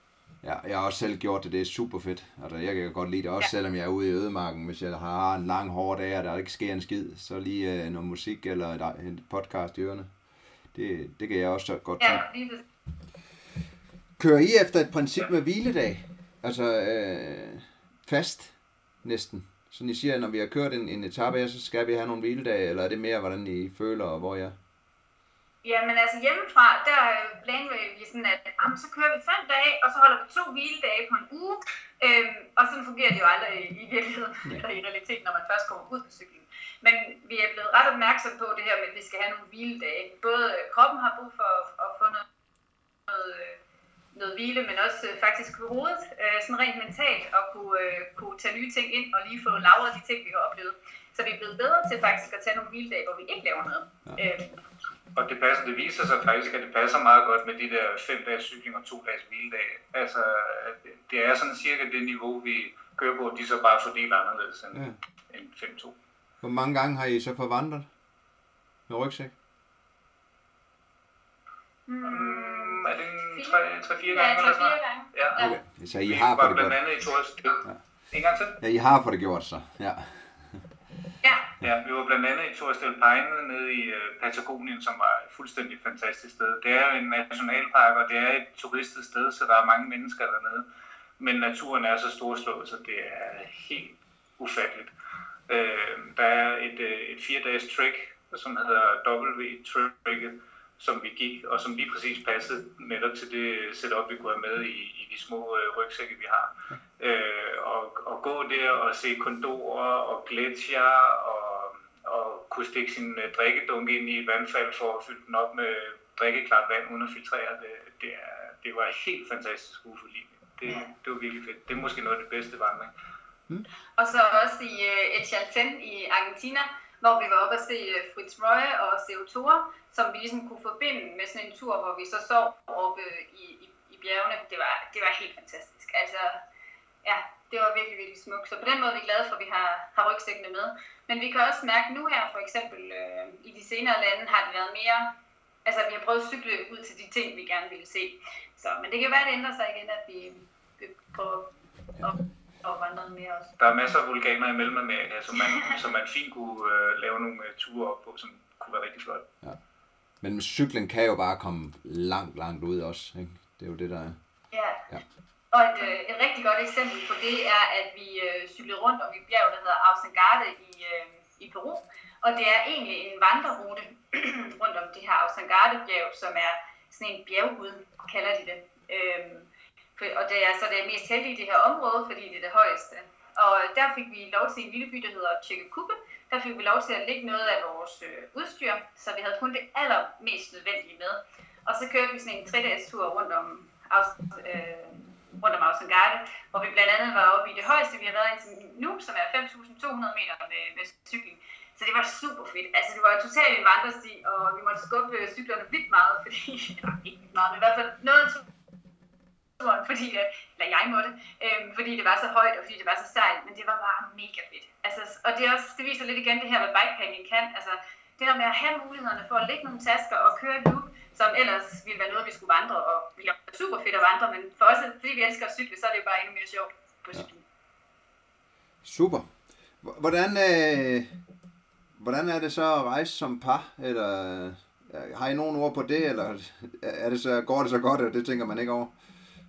Speaker 1: Ja, jeg har også selv gjort det, det er super fedt. Altså, jeg kan godt lide det også, ja. Selvom jeg er ude i ødemarken. Hvis jeg har en lang hård dag, og der ikke sker en skid, så lige øh, noget musik eller et, et podcast i ørene. Det, det kan jeg også godt
Speaker 3: ja, lige det.
Speaker 1: Kører I efter et princip med hviledag? Altså øh, fast næsten? Så I siger, at når vi har kørt en, en etape, så skal vi have nogle hviledage, eller er det mere, hvordan I føler, og hvor jeg...
Speaker 3: Ja, men altså hjemmefra, der planlægger vi sådan, at jamen, så kører vi fem dage, og så holder vi to hviledage på en uge. Øhm, og sådan fungerer det jo aldrig i, i virkeligheden, ja. Eller i realiteten, når man først kommer ud på cyklen. Men vi er blevet ret opmærksomme på det her med, at vi skal have nogle hviledage. Både kroppen har brug for at, at få noget, noget, noget hvile, men også faktisk på hovedet, øh, sådan rent mentalt, at kunne, øh, kunne tage nye ting ind og lige få lagret de ting, vi har oplevet. Så vi er blevet bedre til faktisk at tage nogle hviledage, hvor vi ikke laver noget. Ja. Øh,
Speaker 2: Og det, passer, det viser sig faktisk, at det passer meget godt med de der fem dages cykling og to dages hviledag. Altså, det er sådan cirka det niveau, vi kører på, de så bare fordeler anderledes end, ja. end fem to.
Speaker 1: Hvor mange gange har I så forvandret med rygsæk?
Speaker 2: Mm, er det tre fire gange?
Speaker 3: Ja, tre fire gange.
Speaker 2: Ja.
Speaker 1: Okay. Så I har for det
Speaker 2: blandt
Speaker 1: gjort.
Speaker 2: andet i Torsted. Ja. En gang til?
Speaker 1: Ja, I har for det gjort så. Ja.
Speaker 3: Ja.
Speaker 2: Ja, vi var blandt andet i Torsted Pine nede i uh, Patagonien, som var et fuldstændig fantastisk sted. Det er jo en nationalpark, og det er et turistet sted, så der er mange mennesker dernede. Men naturen er så storslået, så det er helt ufatteligt. Uh, der er et, uh, et fire-dages trek, som hedder W-Treket, som vi gik, og som lige præcis passede netop til det setup, vi kunne have med i, i de små uh, rygsække, vi har. Uh, og, og gå der og se kondorer og gletsjer og, og kunne stikke sin uh, drikkedunk ind i et vandfald for at fylde den op med drikkeklart vand uden at filtrere det. Det, er, det var helt fantastisk uforligneligt. Det, det var virkelig fedt. Det er måske noget af det bedste vandring.
Speaker 3: Mm. Og så også i uh, Etialten i Argentina, hvor vi var oppe at se uh, Fritz Roy og C O to, som vi ligesom kunne forbinde med sådan en tur, hvor vi så sov oppe i, i, i bjergene. Det var, det var helt fantastisk. Altså, ja, det var virkelig, virkelig smukt. Så på den måde er vi glade for, at vi har, har rygsækkene med. Men vi kan også mærke nu her, for eksempel øh, i de senere lande, har det været mere... Altså, vi har prøvet at cykle ud til de ting, vi gerne ville se. Så, men det kan være, at det ændrer sig igen, at vi, vi prøver at, at vandre mere også.
Speaker 2: Der er masser af vulkaner i Mellemamerika, som man, som man fint kunne øh, lave nogle uh, ture op på, som kunne være rigtig flot.
Speaker 1: Ja. Men cyklen kan jo bare komme langt, langt ud også, ikke? Det er jo det, der er.
Speaker 3: Ja. Ja. Og et, øh, et rigtig godt eksempel på det er, at vi øh, cyklede rundt om et bjerg, der hedder Ausangarte i, øh, i Peru. Og det er egentlig en vandrerute rundt om det her Ausangarte-bjerg, som er sådan en bjerggud, kalder de det. Øhm, for, og det er så det er mest heldige i det her område, fordi det er det højeste. Og der fik vi lov til en lille by, der hedder Tjekkekuppe. Der fik vi lov til at lægge noget af vores øh, udstyr, så vi havde kun det allermest nødvendige med. Og så kørte vi sådan en tre-dages tur rundt om Aus, øh, rundt om Ausangarte, hvor vi blandt andet var oppe i det højeste, vi har været indtil nu, som er fem tusind to hundrede meter med, med cykling. Så det var super fedt. Altså det var totalt en vandresti, og vi måtte skubbe cyklerne vildt meget, fordi, eller ikke vildt meget, men i hvert fald noget turen, fordi, eller jeg måtte, øhm, fordi det var så højt, og fordi det var så sejlt, men det var bare mega fedt. Altså, og det, også, det viser lidt igen det her, hvad bikepacking kan. Altså det der med at have mulighederne for at lægge nogle tasker og køre et loop, som ellers ville være noget, vi skulle vandre, og ville være super fedt at vandre, men for os, fordi vi elsker at cykle, så er det jo bare endnu mere sjovt på cyklen. Ja.
Speaker 1: Super. Hvordan, øh, hvordan er det så at rejse som par, eller har I nogen ord på det, eller er det så, går det så godt, og det tænker man ikke over?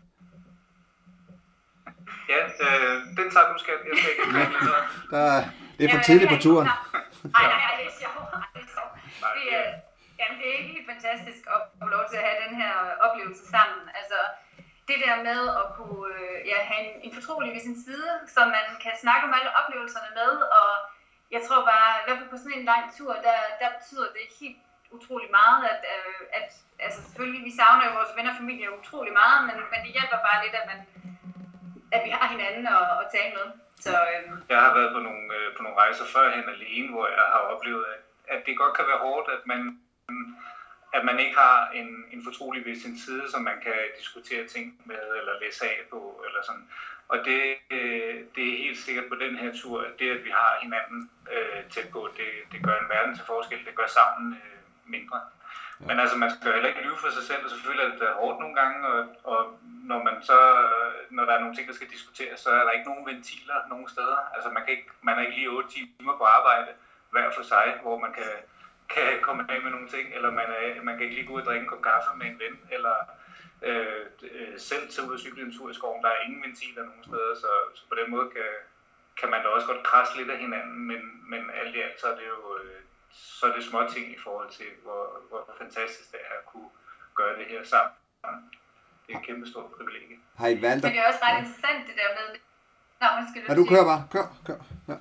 Speaker 2: Ja, øh, den tager du, skat. Jeg skal ikke have noget.
Speaker 1: Der, det er for tidligt på turen.
Speaker 3: Nej, nej, nej, det er sjovt. Det er sjovt. Det er, jamen, det er helt fantastisk at få lov til at have den her oplevelse sammen. Altså, det der med at kunne ja, have en, en fortrolig ved sin side, som man kan snakke om alle oplevelserne med, og jeg tror bare, i hvert fald på sådan en lang tur, der, der betyder det helt utrolig meget, at, at altså selvfølgelig, vi savner jo vores venner og familie utrolig meget, men, men det hjælper bare lidt, at man at vi har hinanden at, at tale med. Så, øhm.
Speaker 2: Jeg har været på nogle, øh, på nogle rejser førhen alene, hvor jeg har oplevet, at, at det godt kan være hårdt, at man, at man ikke har en, en fortrolig ved sin side, som man kan diskutere ting med, eller læse af på, eller sådan. Og det, øh, det er helt sikkert på den her tur, at det, at vi har hinanden øh, tæt på, det, det gør en verden til forskel, det gør savnen øh, mindre. Men altså, man skal jo heller ikke lyve for sig selv, og selvfølgelig er det hårdt nogle gange, og, og når man så når der er nogle ting, der skal diskuteres, så er der ikke nogen ventiler nogen steder. Altså man, kan ikke, man er ikke lige otte timer på arbejde hver for sig, hvor man kan, kan komme af med nogle ting, eller man, er, man kan ikke lige gå ud og drikke en kop kaffe med en ven, eller øh, selv tage ud og cykle en tur i skoven. Der er ingen ventiler nogen steder, så, så på den måde kan, kan man da også godt krasse lidt af hinanden, men, men alt i alt så er det jo øh, så er det små ting i forhold til, hvor, hvor fantastisk det er at kunne gøre det her sammen. Det er et kæmpe stort privilegie.
Speaker 1: Har I valgt?
Speaker 3: Men det er også ret interessant det der med... Nå, man skal
Speaker 1: ja, du kører bare. Kør, kør. Ja.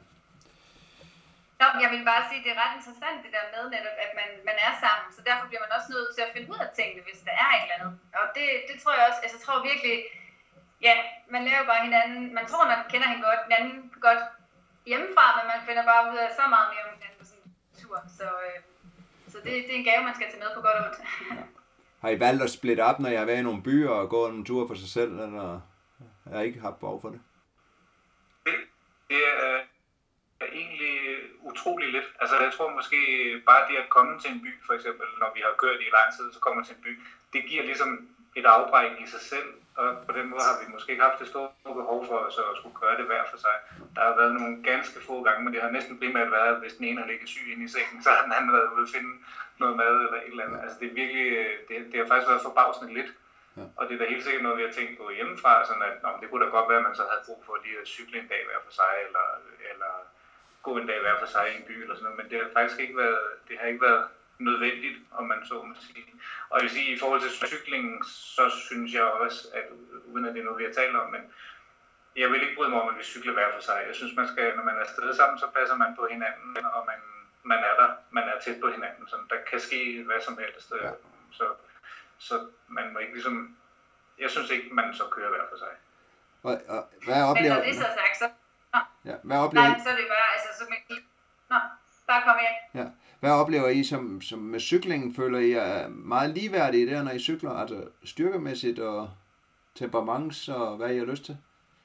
Speaker 3: Nå, jeg vil bare sige, at det er ret interessant det der med netop, at man, man er sammen. Så derfor bliver man også nødt til at finde ud af tingene, hvis der er et eller andet. Og det, det tror jeg også, altså jeg tror virkelig... Ja, man lærer jo bare hinanden... Man tror, man kender hinanden godt, hinanden godt hjemmefra, men man finder bare ud af så meget mere om hinanden på sådan en tur. Så, øh, så det, det er en gave, man skal tage med på godt og ondt.
Speaker 1: Ja. Har I valgt at splitte op, når jeg har været i nogle byer og gået en tur for sig selv, eller har I ikke haft behov for det?
Speaker 2: Det, det er egentlig utrolig lidt. Altså jeg tror måske bare det at komme til en by, for eksempel, når vi har kørt i lang tid, så kommer til en by, det giver ligesom et afbræk i sig selv, og på den måde har vi måske ikke haft det store behov for os at skulle gøre det hver for sig. Der har været nogle ganske få gange, men det har næsten primært været, at hvis den ene har ligget syg inde i sengen, så har den anden været ude at finde noget mad eller et eller andet. Altså det er virkelig, det, det har faktisk været forbavsende lidt. Ja. Og det er da helt sikkert noget, vi har tænkt på hjemmefra, sådan at nå, det kunne da godt være, at man så havde brug for lige at cykle en dag hver for sig, eller, eller gå en dag hver for sig i en by eller sådan noget, men det har faktisk ikke været, det har ikke været nødvendigt, om man så må sige. Og jeg vil sige, i forhold til cyklingen, så synes jeg også, at uden at det er noget, vi har talt om, men jeg vil ikke bryde mig om, at vi cykler hver for sig. Jeg synes, man skal, når man er afsted sammen, så passer man på hinanden, og man, man er der, man er tæt på hinanden, så der kan ske hvad som helst. Ja. Så, så man må ikke ligesom, jeg synes ikke, man så kører hver for sig.
Speaker 1: Og, og hvad oplever...
Speaker 3: Men når det så sagt, så...
Speaker 1: Ja, hvad oplever
Speaker 3: Nej, så er det bare, altså, så med... Nå, bare kom jeg.
Speaker 1: Ja. Hvad oplever I som, som med cyklingen? Føler I er meget ligeværdige der, når I cykler? Altså styrkemæssigt og temperaments og hvad I har lyst til?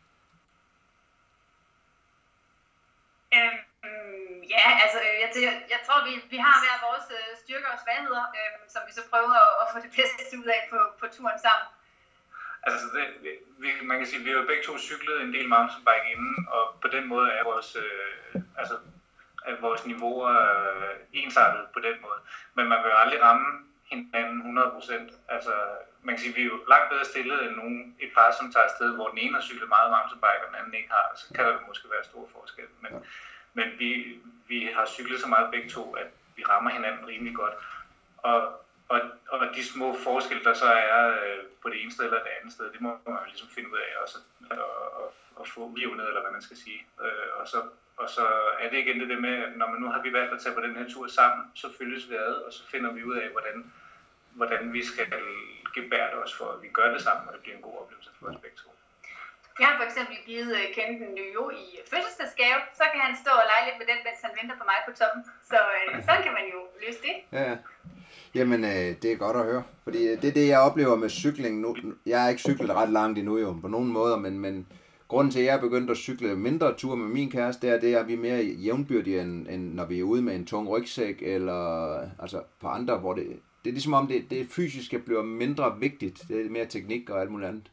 Speaker 3: Øhm, ja, altså jeg, jeg, jeg tror, vi, vi har hver vores øh, styrker og svagheder, øh, som vi så prøver at, at få det bedste ud af på, på turen sammen.
Speaker 2: Altså, det, vi, man kan sige, at vi har jo begge to cyklet en del mountainbike inden, og på den måde er vores, øh, altså, at vores niveauer øh, ensartet på den måde. Men man vil jo aldrig ramme hinanden hundrede procent. Altså, man kan sige, at vi er jo langt bedre stillet end nogen, et par, som tager afsted, hvor den ene har cyklet meget mountainbike, og den anden ikke har. Så kan der måske være stor forskel. Men, ja. men vi, vi har cyklet så meget begge to, at vi rammer hinanden rimelig godt. Og Og, og de små forskelle, der så er øh, på det ene sted eller det andet sted, det må man jo ligesom finde ud af også, og, og, og få jævnet, eller hvad man skal sige. Øh, og, så, og så er det igen det der med, at når man nu har vi valgt at tage på den her tur sammen, så følges vi ad, og så finder vi ud af, hvordan, hvordan vi skal gebærde os for, at vi gør det sammen, og det bliver en god oplevelse for os begge to.
Speaker 3: Jeg har for eksempel givet Kent en ny jo i fødselsdagsgave, så kan han stå og lege lidt med den, mens han venter på mig på toppen. Så øh, sådan kan man jo løse det.
Speaker 1: Ja, ja. Jamen, øh, det er godt at høre, fordi det er det, jeg oplever med cykling nu. Jeg har ikke cyklet ret langt endnu jo, på nogen måder, men, men grunden til, at jeg er begyndt at cykle mindre tur med min kæreste, det er, det er, at vi er mere jævnbyrdige, end, end når vi er ude med en tung rygsæk, eller altså på andre, hvor det, det er ligesom om, det, det fysiske bliver mindre vigtigt. Det er mere teknik og alt muligt andet.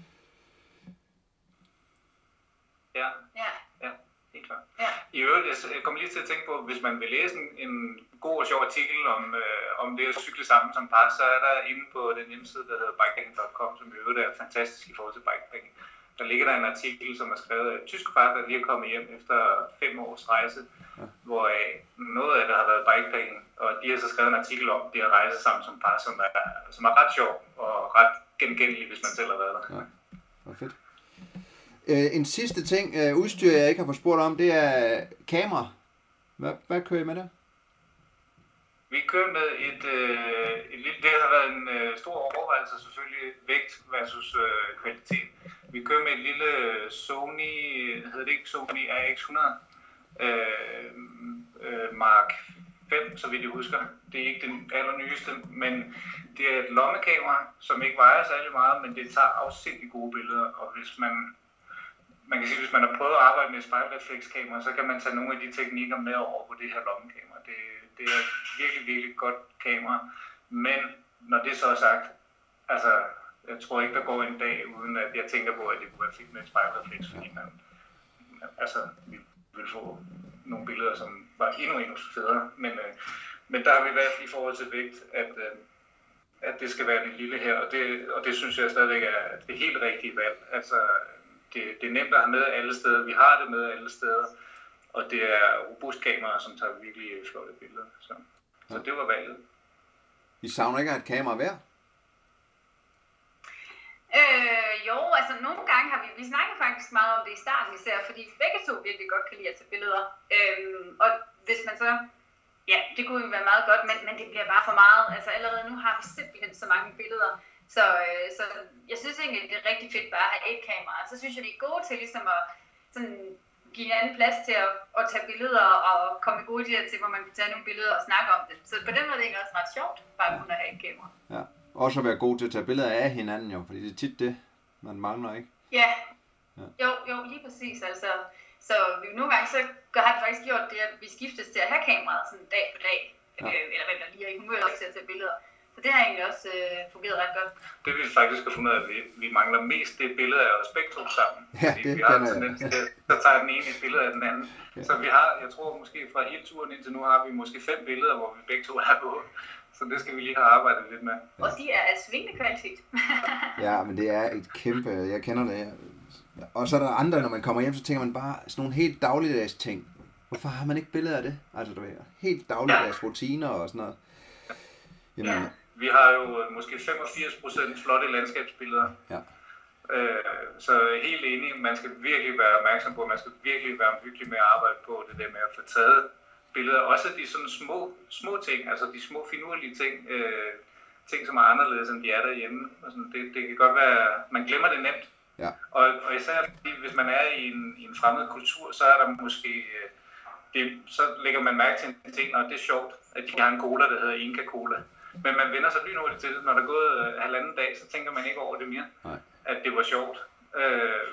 Speaker 2: Ja.
Speaker 3: Ja.
Speaker 2: Ja, helt klart.
Speaker 3: Ja.
Speaker 2: I øvrigt, jeg kommer lige til at tænke på, hvis man vil læse en, en god og sjov artikel om, øh, om det at cykle sammen som par, så er der inde på den hjemmeside, der hedder bikepacking punktum com, som i øvrigt er fantastisk i forhold til bikepacking. Der ligger der en artikel, som er skrevet af et tysk par, der lige er kommet hjem efter fem års rejse, ja. Hvor noget af det har været bikepacking, og de har så skrevet en artikel om, de har rejset sammen som par, som er, som er ret sjov og ret gengældelig, hvis man selv har været der.
Speaker 1: Ja, det er fedt. Øh, en sidste ting, øh, udstyr jeg ikke har fået spurgt om, det er kamera. Hvad, hvad kører I med der?
Speaker 2: Vi kører med et, øh, et lille, det har været en øh, stor overvejelse selvfølgelig, vægt versus øh, kvalitet. Vi kører med et lille Sony, hedder det ikke Sony R X hundrede, øh, øh, Mark fem, så vidt jeg husker. Det er ikke den allernyeste, men det er et lommekamera, som ikke vejer særlig meget, men det tager afsindig gode billeder, og hvis man Man kan sige, at hvis man har prøvet at arbejde med spejlreflekskamera, så kan man tage nogle af de teknikker med over på det her lommekamera. Det, det er et virkelig, virkelig godt kamera. Men når det så er sagt, altså jeg tror ikke, der går en dag, uden at jeg tænker på, at det kunne være fint med et spejlrefleks, fordi man, altså, vi ville få nogle billeder, som var endnu, endnu federe. Men, øh, men der har vi valgt i forhold til vægt, at, øh, at det skal være det lille her, og det, og det synes jeg stadigvæk er det helt rigtige valg. Altså, det, det er nemt at have med alle steder, vi har det med alle steder, og det er robust kamera, som tager virkelig flotte billeder. Så, ja. Så det var valget.
Speaker 1: I savner ikke at have et kamera hver?
Speaker 3: Øh, jo, altså nogle gange har vi, vi snakker faktisk meget om det i starten især, fordi begge to virkelig godt kan lide at tage billeder. Øhm, og hvis man så, ja, det kunne jo være meget godt, men, men det bliver bare for meget. Altså allerede nu har vi simpelthen så mange billeder, så, øh, så jeg synes egentlig, det er rigtig fedt bare at have et kamera. Så synes jeg, vi er gode til ligesom at sådan, give en anden plads til at, at tage billeder og komme i gode idéer til, hvor man kan tage nogle billeder og snakke om det. Så på den måde er det egentlig også ret sjovt, bare kun at have et kamera.
Speaker 1: Ja. Også at være god til at tage billeder af hinanden jo, fordi det er tit det, man mangler, ikke?
Speaker 3: Ja,
Speaker 1: ja.
Speaker 3: jo, jo, lige præcis. Altså, så vi, nogle gange så har vi faktisk gjort det, at vi skiftes til at have kameraet sådan dag på dag, ja. øh, eller hvem der lige er i humør til at tage billeder. Så det har egentlig også øh, fungeret ret godt. Det
Speaker 2: vi faktisk har fundet ud af, at vi, vi mangler mest det billede af os begge to sammen.
Speaker 1: Ja,
Speaker 2: fordi
Speaker 1: det
Speaker 2: vi har en
Speaker 1: jeg.
Speaker 2: tendens til, så tager den ene et billede af den anden. Ja. Så vi har, jeg tror måske fra hele turen indtil nu, har vi måske fem billeder, hvor vi begge to er på. Så det skal vi lige have arbejdet lidt med.
Speaker 3: Ja. Og de er af svingende kvalitet.
Speaker 1: Ja, men det er et kæmpe, jeg kender det. Og så er der andre, når man kommer hjem, så tænker man bare sådan nogle helt dagligdags ting. Hvorfor har man ikke billeder af det? Altså, du ved, helt dagligdags ja. Rutiner og sådan noget.
Speaker 2: Jamen, ja. Vi har jo måske femogfirs procent flotte landskabsbilleder.
Speaker 1: Ja.
Speaker 2: Øh, så helt enig, man skal virkelig være opmærksom på, man skal virkelig være omhyggelig med at arbejde på det der med at få taget billeder. Også de sådan små, små ting, altså de små finurlige ting, øh, ting som er anderledes end de er derhjemme. Og sådan, det, det kan godt være, man glemmer det nemt.
Speaker 1: Ja.
Speaker 2: Og, og især fordi, hvis man er i en, i en fremmed kultur, så er der måske, øh, det, så lægger man mærke til en ting, og det er sjovt, at de har en cola, der hedder Inca Cola. Men man vender sig lynhurtigt til det, når der er gået øh, halvanden dag, så tænker man ikke over det mere,
Speaker 1: Nej.
Speaker 2: At det var sjovt. Øh,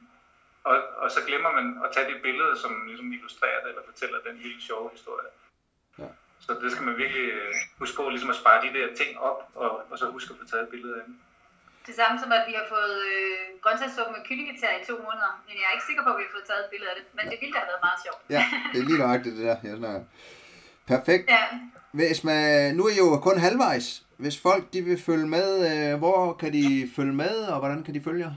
Speaker 2: og, og så glemmer man at tage det billede, som ligesom illustrerer det, eller fortæller den lille sjove historie.
Speaker 1: Ja.
Speaker 2: Så det skal man virkelig huske på, ligesom at spare de der ting op, og, og så huske at få taget et billede af dem.
Speaker 3: Det samme som, at vi har fået øh, grøntsagssuppe med kyllingetær i to måneder, men jeg er ikke sikker på, at vi har fået taget et billede af det, men det ville have været meget sjovt.
Speaker 1: Ja, det er lige nøjagtigt det der, jeg snakker. Perfekt.
Speaker 3: Ja.
Speaker 1: Hvis man, nu er I jo kun halvvejs. Hvis folk de vil følge med, øh, hvor kan de følge med, og hvordan kan de følge jer?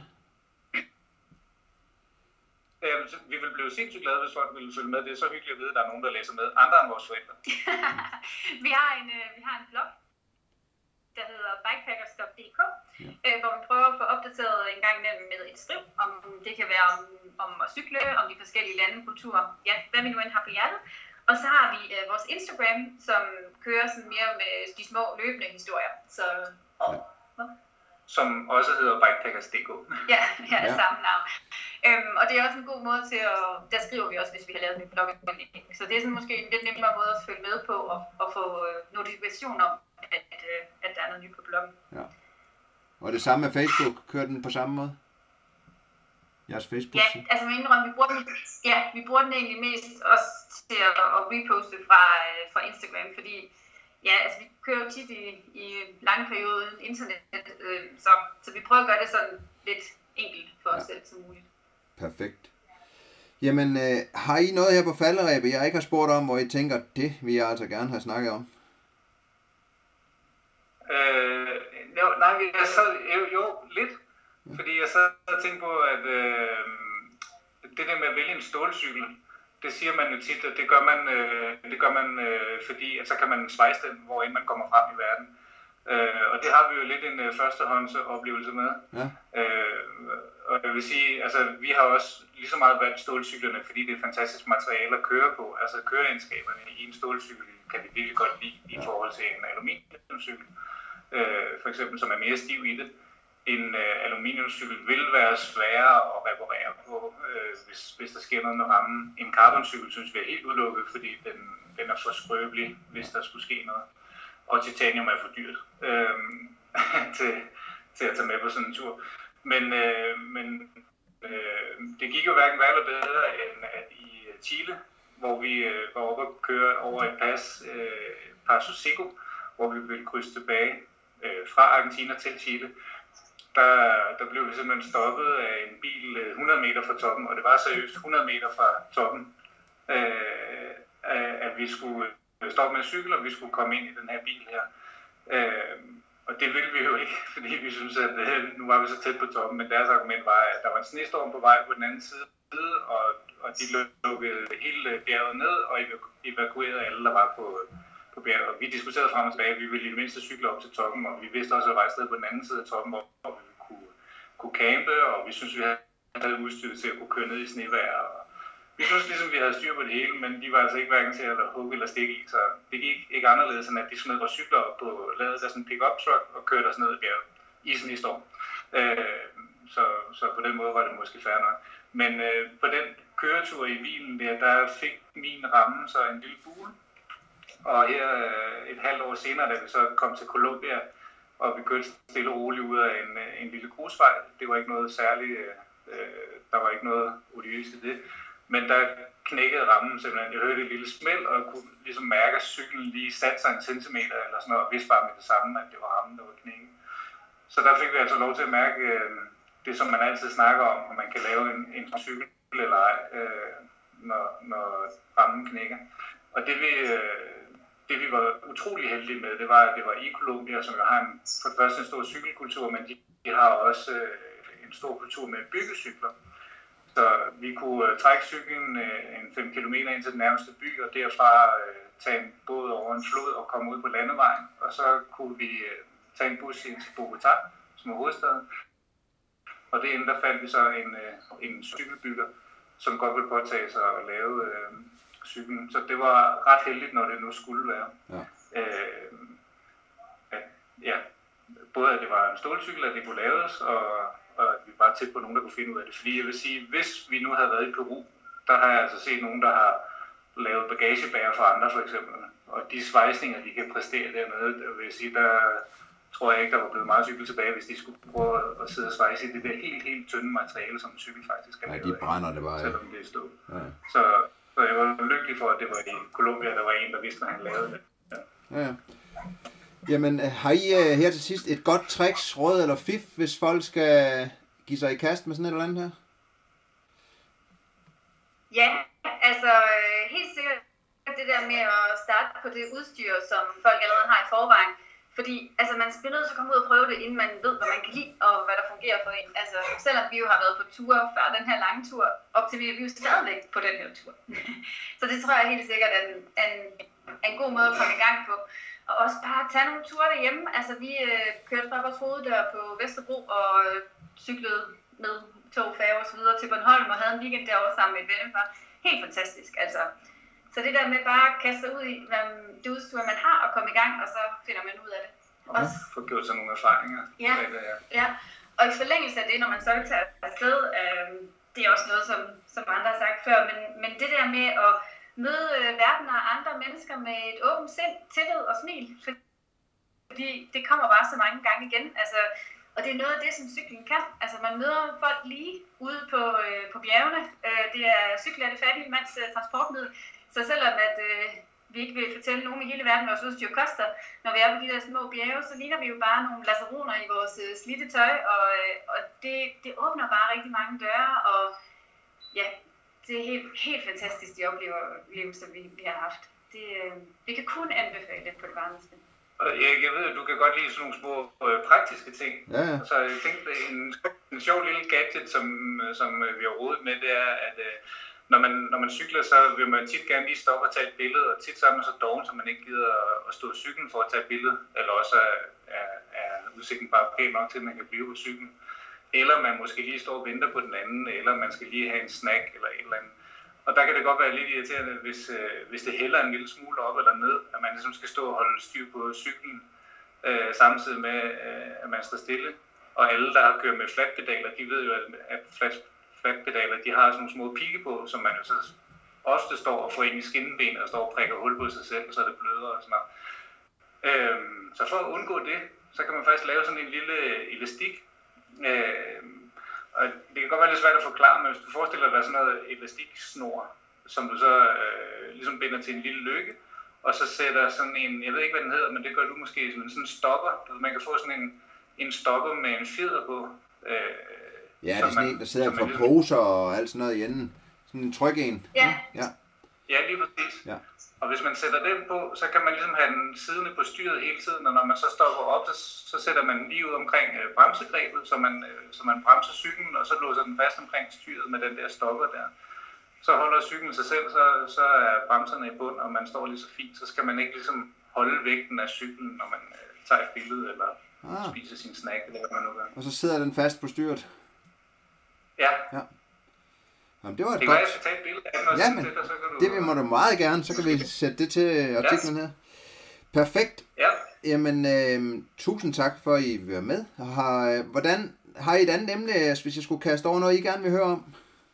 Speaker 2: Ja, vi vil blive sindssygt glade, hvis folk vil følge med. Det er så hyggeligt at vide, at der er nogen, der læser med. Andre end vores forældre.
Speaker 3: vi, har en, øh, vi har en blog, der hedder bikepackers punktum d k, ja. øh, hvor vi prøver at få opdateret en gang imellem med et skriv, om det kan være om, om at cykle, om de forskellige lande, kulturer, ja, hvad vi nu end har på hjertet. Og så har vi øh, vores Instagram, som kører sådan mere med de små løbende historier. Så, og,
Speaker 1: ja.
Speaker 2: Som også hedder bikepackers punktum d k.
Speaker 3: Ja, ja, ja. Samme navn. Øhm, og det er også en god måde til at, der skriver vi også, hvis vi har lavet en blog. Så det er sådan måske en lidt nemmere måde at følge med på, og, og få øh, notifikation om, at, øh, at der er noget nyt på bloggen. Ja.
Speaker 1: Og det samme med Facebook, kører den på samme måde? Jeres Facebook?
Speaker 3: Ja, altså med indrømme, vi bruger den, ja, vi bruger den egentlig mest også til at, at reposte fra, fra Instagram, fordi ja, altså vi kører tit i, i lange perioder uden internet, øh, så, så vi prøver at gøre det sådan lidt enkelt for os ja. selv som muligt.
Speaker 1: Perfekt. Jamen, øh, har I noget her på falderebet, jeg ikke har spurgt om, hvor I tænker, det vil jeg altså gerne have snakket om?
Speaker 2: Øh, jo, nej, jeg så, jo, jo, lidt. Fordi jeg så har tænkt på, at øh, det der med at vælge en stålcykel, det siger man jo tit, at det gør man, øh, det gør man øh, fordi at så kan man svejse den, hvor end man kommer frem i verden. Øh, og det har vi jo lidt en øh, førstehåndsoplevelse med. Ja. Øh, og jeg vil sige, altså vi har også lige så meget valgt stålcyklerne, fordi det er fantastisk materiale at køre på. Altså køreegenskaberne i en stålcykel kan vi virkelig godt lide i forhold til en aluminiumcykel, øh, for eksempel, som er mere stiv i det. En øh, aluminiumcykel vil være sværere at reparere på, øh, hvis, hvis der sker noget med rammen. En carboncykel synes vi er helt udelukket, fordi den, den er for skrøbelig, hvis der skulle ske noget. Og titanium er for dyrt øh, til, til at tage med på sådan en tur. Men, øh, men øh, det gik jo hverken værre eller bedre end at i Chile, hvor vi øh, var oppe og køre over et pas, øh, Paso Seco, hvor vi ville krydse tilbage øh, fra Argentina til Chile. der, der blev vi simpelthen stoppet af en bil hundrede meter fra toppen, og det var seriøst hundrede meter fra toppen, øh, at vi skulle stoppe med cykel, og vi skulle komme ind i den her bil her. Øh, og det ville vi jo ikke, fordi vi synes, at øh, nu var vi så tæt på toppen, men deres argument var, at der var en snestorm på vej på den anden side, og, og de lukkede hele bjerget ned og evakuerede alle, der var på, på bjerget. Og vi diskuterede frem og tilbage, at vi ville i det mindste cykle op til toppen, og vi vidste også, at der var et sted på den anden side af toppen, hvor vi kunne, kunne campe, og vi synes, vi havde udstyret til at kunne køre ned i snevejr. Og vi synes ligesom, vi havde styr på det hele, men de var altså ikke hverken til at hugge eller stikke i, så det gik ikke anderledes, end at de smed vores cykler op på, lavede der sådan en pick-up truck og kørte os ned i bjerget. Isen i storm. Øh, så, så på den måde var det måske fair nok. Men øh, på den køretur i bilen der, der fik min ramme så en lille bule. Og her øh, et halvt år senere, da vi så kom til Colombia, og vi kørte stille og roligt ud af en, en lille grusvej. Det var ikke noget særligt, øh, der var ikke noget odiøst i det. Men der knækkede rammen simpelthen. Jeg hørte et lille smæld, og kunne ligesom mærke, at cyklen lige satte sig en centimeter eller sådan noget, og vidste bare med det samme, at det var rammen, der var knækket. Så der fik vi altså lov til at mærke øh, det, som man altid snakker om, om man kan lave en, en cykel eller ej, øh, når, når rammen knækker. Og det vi, øh, det vi var utrolig heldige med, det var, at det var i Colombia, som jo har en, for det første en stor cykelkultur, men de, de har også øh, en stor kultur med byggecykler. Så vi kunne uh, trække cyklen uh, en fem kilometer ind til den nærmeste by, og derfra uh, tage en båd over en flod og komme ud på landevejen. Og så kunne vi uh, tage en bus ind til Bogotá, som er hovedstaden. Og derinde der fandt vi så en, uh, en cykelbygger, som godt ville påtage sig at lave uh, cyklen. Så det var ret heldigt, når det nu skulle være. Ja. Uh, at, ja, både at det var en stålcykel, at det kunne laves, og og at vi var tæt på nogen, der kunne finde ud af det. Fordi jeg vil sige, hvis vi nu havde været i Peru, der har jeg altså set nogen, der har lavet bagagebærer for andre for eksempel. Og de svejsninger, de kan præstere dernede, der vil jeg sige, der tror jeg ikke, der var blevet meget cykel tilbage, hvis de skulle prøve at sidde og svejse i det der helt, helt tynde materiale, som en cykel faktisk er lavet.
Speaker 1: Ja, de brænder det bare.
Speaker 2: Selvom det er stået. Ja. Så, så jeg var lykkelig for, at det var i Colombia, der var en, der vidste, hvad han lavede det. Ja.
Speaker 1: Ja. Jamen, har I uh, her til sidst et godt tricks, råd eller fif, hvis folk skal give sig i kast med sådan et eller andet her?
Speaker 3: Ja, altså helt sikkert det der med at starte på det udstyr, som folk allerede har i forvejen. Fordi altså, man bliver nødt til at komme ud og prøve det, inden man ved, hvad man kan lide og hvad der fungerer for en. Altså, selvom vi jo har været på ture før den her lange tur, optimerer vi jo stadigvæk på den her tur. Så det tror jeg helt sikkert er en, en, en god måde at komme i gang på. Og også bare tage nogle ture derhjemme. Altså vi øh, kørte fra vores hoveddør på Vesterbro og øh, cyklede med tog, færge og så videre til Bornholm og havde en weekend derovre sammen med et vennepar. Helt fantastisk, altså. Så det der med bare at kaste sig ud i hvad, det udstyr, man har og komme i gang, og så finder man ud af det.
Speaker 2: Også, få gjort sig nogle erfaringer.
Speaker 3: Ja, det, ja. ja. Og i forlængelse af det, når man så tager afsted, øh, det er også noget, som, som andre har sagt før, men, men det der med at møde øh, verden og andre mennesker med et åbent sind, tillid og smil. Fordi det kommer bare så mange gange igen. Altså, og det er noget af det, som cyklen kan. Altså man møder folk lige ude på, øh, på bjergene. Øh, det er cyklen er det fattige mands øh, transportmiddel. Så selvom at, øh, vi ikke vil fortælle nogen i hele verden, hvad vores udstyr koster, når vi er på de der små bjerge, så ligner vi jo bare nogle lasaroner i vores øh, slidte tøj. Og, øh, og det, det åbner bare rigtig mange døre. Og ja, det er helt, helt fantastisk, de oplevelser, vi, vi har haft. Det, øh, vi kan kun anbefale det på det varmeste.
Speaker 2: Erik, jeg ved, at du kan godt lide sådan nogle små øh, praktiske ting.
Speaker 1: Ja, ja.
Speaker 2: Så jeg tænkte, en, en sjov lille gadget, som, som vi har rodet med, det er, at øh, når, man, når man cykler, så vil man tit gerne lige stoppe og tage et billede, og tit så er man så doven, så man ikke gider at, at stå i cyklen for at tage et billede, eller også er, er, er udsigten bare pæn nok til, at man kan blive på cyklen. Eller man måske lige står og venter på den anden, eller man skal lige have en snack eller et eller andet. Og der kan det godt være lidt irriterende, hvis, øh, hvis det hælder en lille smule op eller ned, at man ligesom skal stå og holde styr på cyklen, øh, samtidig med, øh, at man står stille. Og alle, der har kørt med flatpedaler, de ved jo, at flat, flatpedaler, de har sådan nogle små pigge på, som man jo så ofte står og får ind i skinnebenet og står og prikker hul på sig selv, så det bløder og sådan noget. Øh, så for at undgå det, så kan man faktisk lave sådan en lille elastik. Øh, Og det kan godt være lidt svært at forklare, men hvis du forestiller dig sådan noget elastiksnor, som du så øh, ligesom binder til en lille lykke, og så sætter sådan en, jeg ved ikke hvad den hedder, men det gør du måske, sådan en stopper. Man kan få sådan en, en stopper med en fjeder på. Øh,
Speaker 1: ja, det er sådan en, der sidder for poser og alt sådan noget i enden. Sådan en tryk en.
Speaker 3: Ja.
Speaker 2: Ja, ja lige præcis.
Speaker 1: Ja.
Speaker 2: Og hvis man sætter den på, så kan man ligesom have den siddende på styret hele tiden, og når man så stopper op, så, så sætter man den lige ud omkring øh, bremsegrebet, så man, øh, så man bremser cyklen, og så låser den fast omkring styret med den der stopper der. Så holder cyklen sig selv, så, så er bremserne i bund, og man står lige så fint. Så skal man ikke ligesom holde vægten af cyklen, når man øh, tager et billede eller ah. spiser sin snack, eller hvad man nu gør.
Speaker 1: Og så sidder den fast på styret?
Speaker 2: Ja.
Speaker 1: Ja. Jamen, det var et
Speaker 2: det
Speaker 1: godt...
Speaker 2: kan være, jeg skal tage et billede af den, og
Speaker 1: ja, men
Speaker 2: til dig, så kan du...
Speaker 1: det må du meget gerne, så kan vi sætte det til artiklen her. Perfekt.
Speaker 2: Ja.
Speaker 1: Jamen, øh, tusind tak for, at I vil være med. Har, øh, hvordan, har I et andet emne, hvis jeg skulle kaste over noget, I gerne vil høre om?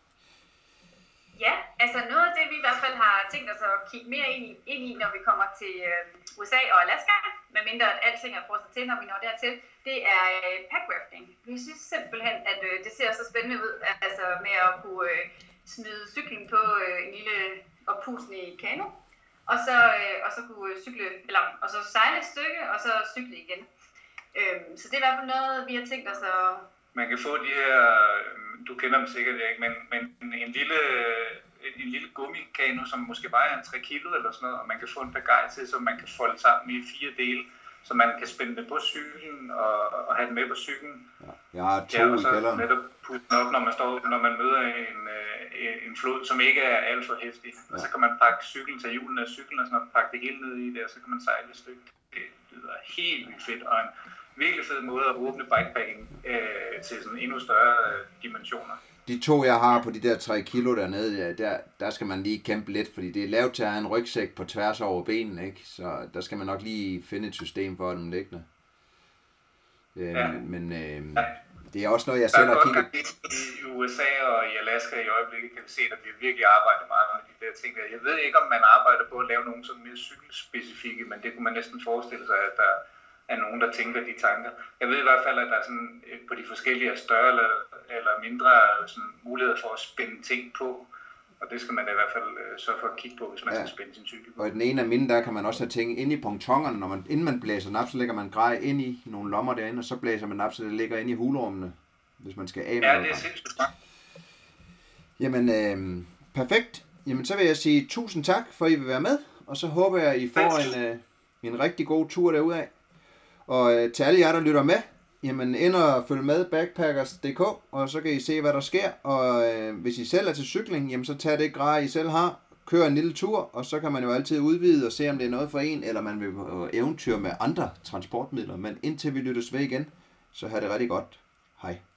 Speaker 3: Ja, altså noget af det, vi i hvert fald har tænkt os at kigge mere ind i, ind i når vi kommer til øh, U S A og Alaska, medmindre at alting er frosset til, når vi når dertil, det er øh, packrafting. Vi synes simpelthen, at øh, det ser så spændende ud, altså med at kunne øh, smide cyklen på øh, en lille oppustende kano, og så, øh, og så kunne cykle, eller og så sejle et stykke, og så cykle igen. Øhm, så det er i hvert fald noget, vi har tænkt os at...
Speaker 2: Man kan få de her, du kender dem sikkert ikke, men, men en lille, en lille gummikano, som måske vejer en tre kilo eller sådan noget, og man kan få en pagaj til, så man kan folde sammen i fire dele, så man kan spænde det på cyklen og, og have den med på cyklen.
Speaker 1: Ja, jeg har to
Speaker 2: ja, og
Speaker 1: i
Speaker 2: så
Speaker 1: kælderen.
Speaker 2: netop putte den op, når man, står, når man møder en, en flod, som ikke er alt for hæftig. Ja. Og så kan man pakke cyklen til hjulen af cyklen og sådan noget, pakke det hele ned i det, og så kan man sejle et stykke. Det lyder helt vildt fedt, og en virkelig fed måde at åbne bikepacking øh, til sådan endnu større øh, dimensioner.
Speaker 1: De to, jeg har på de der tre kilo dernede, der, der skal man lige kæmpe lidt, fordi det er lavet til at have en rygsæk på tværs over benene, ikke? Så der skal man nok lige finde et system for dem liggende. Øh, ja. Men, men øh, ja. Det er også noget, jeg selv har kigget...
Speaker 2: I U S A og i Alaska i øjeblikket kan vi se, at vi virkelig arbejder meget med de der ting. Jeg ved ikke, om man arbejder på at lave nogle sådan mere cykelspecifikke, men det kunne man næsten forestille sig, at der er nogen, der tænker de tanker. Jeg ved i hvert fald, at der er sådan på de forskellige større eller, eller mindre sådan, muligheder for at spænde ting på. Og det skal man da i hvert fald øh, sørge for at kigge på, hvis man ja. skal spænde sin cykel på.
Speaker 1: Og i den ene af mine, der kan man også have ting inde i pontonerne. Når man, inden man blæser den op, så lægger man grej ind i nogle lommer derinde, og så blæser man op, så det ligger inde i hulrummene, hvis man skal af med.
Speaker 2: Ja, det er sindssygt.
Speaker 1: Jamen, øh, perfekt. Jamen, så vil jeg sige tusind tak, for at I vil være med. Og så håber jeg, at I får en, øh, en rigtig god tur derudad. Og øh, til alle jer, der lytter med, jamen ind og følg med backpackers punktum d k, og så kan I se, hvad der sker. Og øh, hvis I selv er til cykling, jamen så tag det grej, I selv har. Kør en lille tur, og så kan man jo altid udvide og se, om det er noget for en, eller man vil på eventyr med andre transportmidler. Men indtil vi lyttes ved igen, så har det rigtig godt. Hej.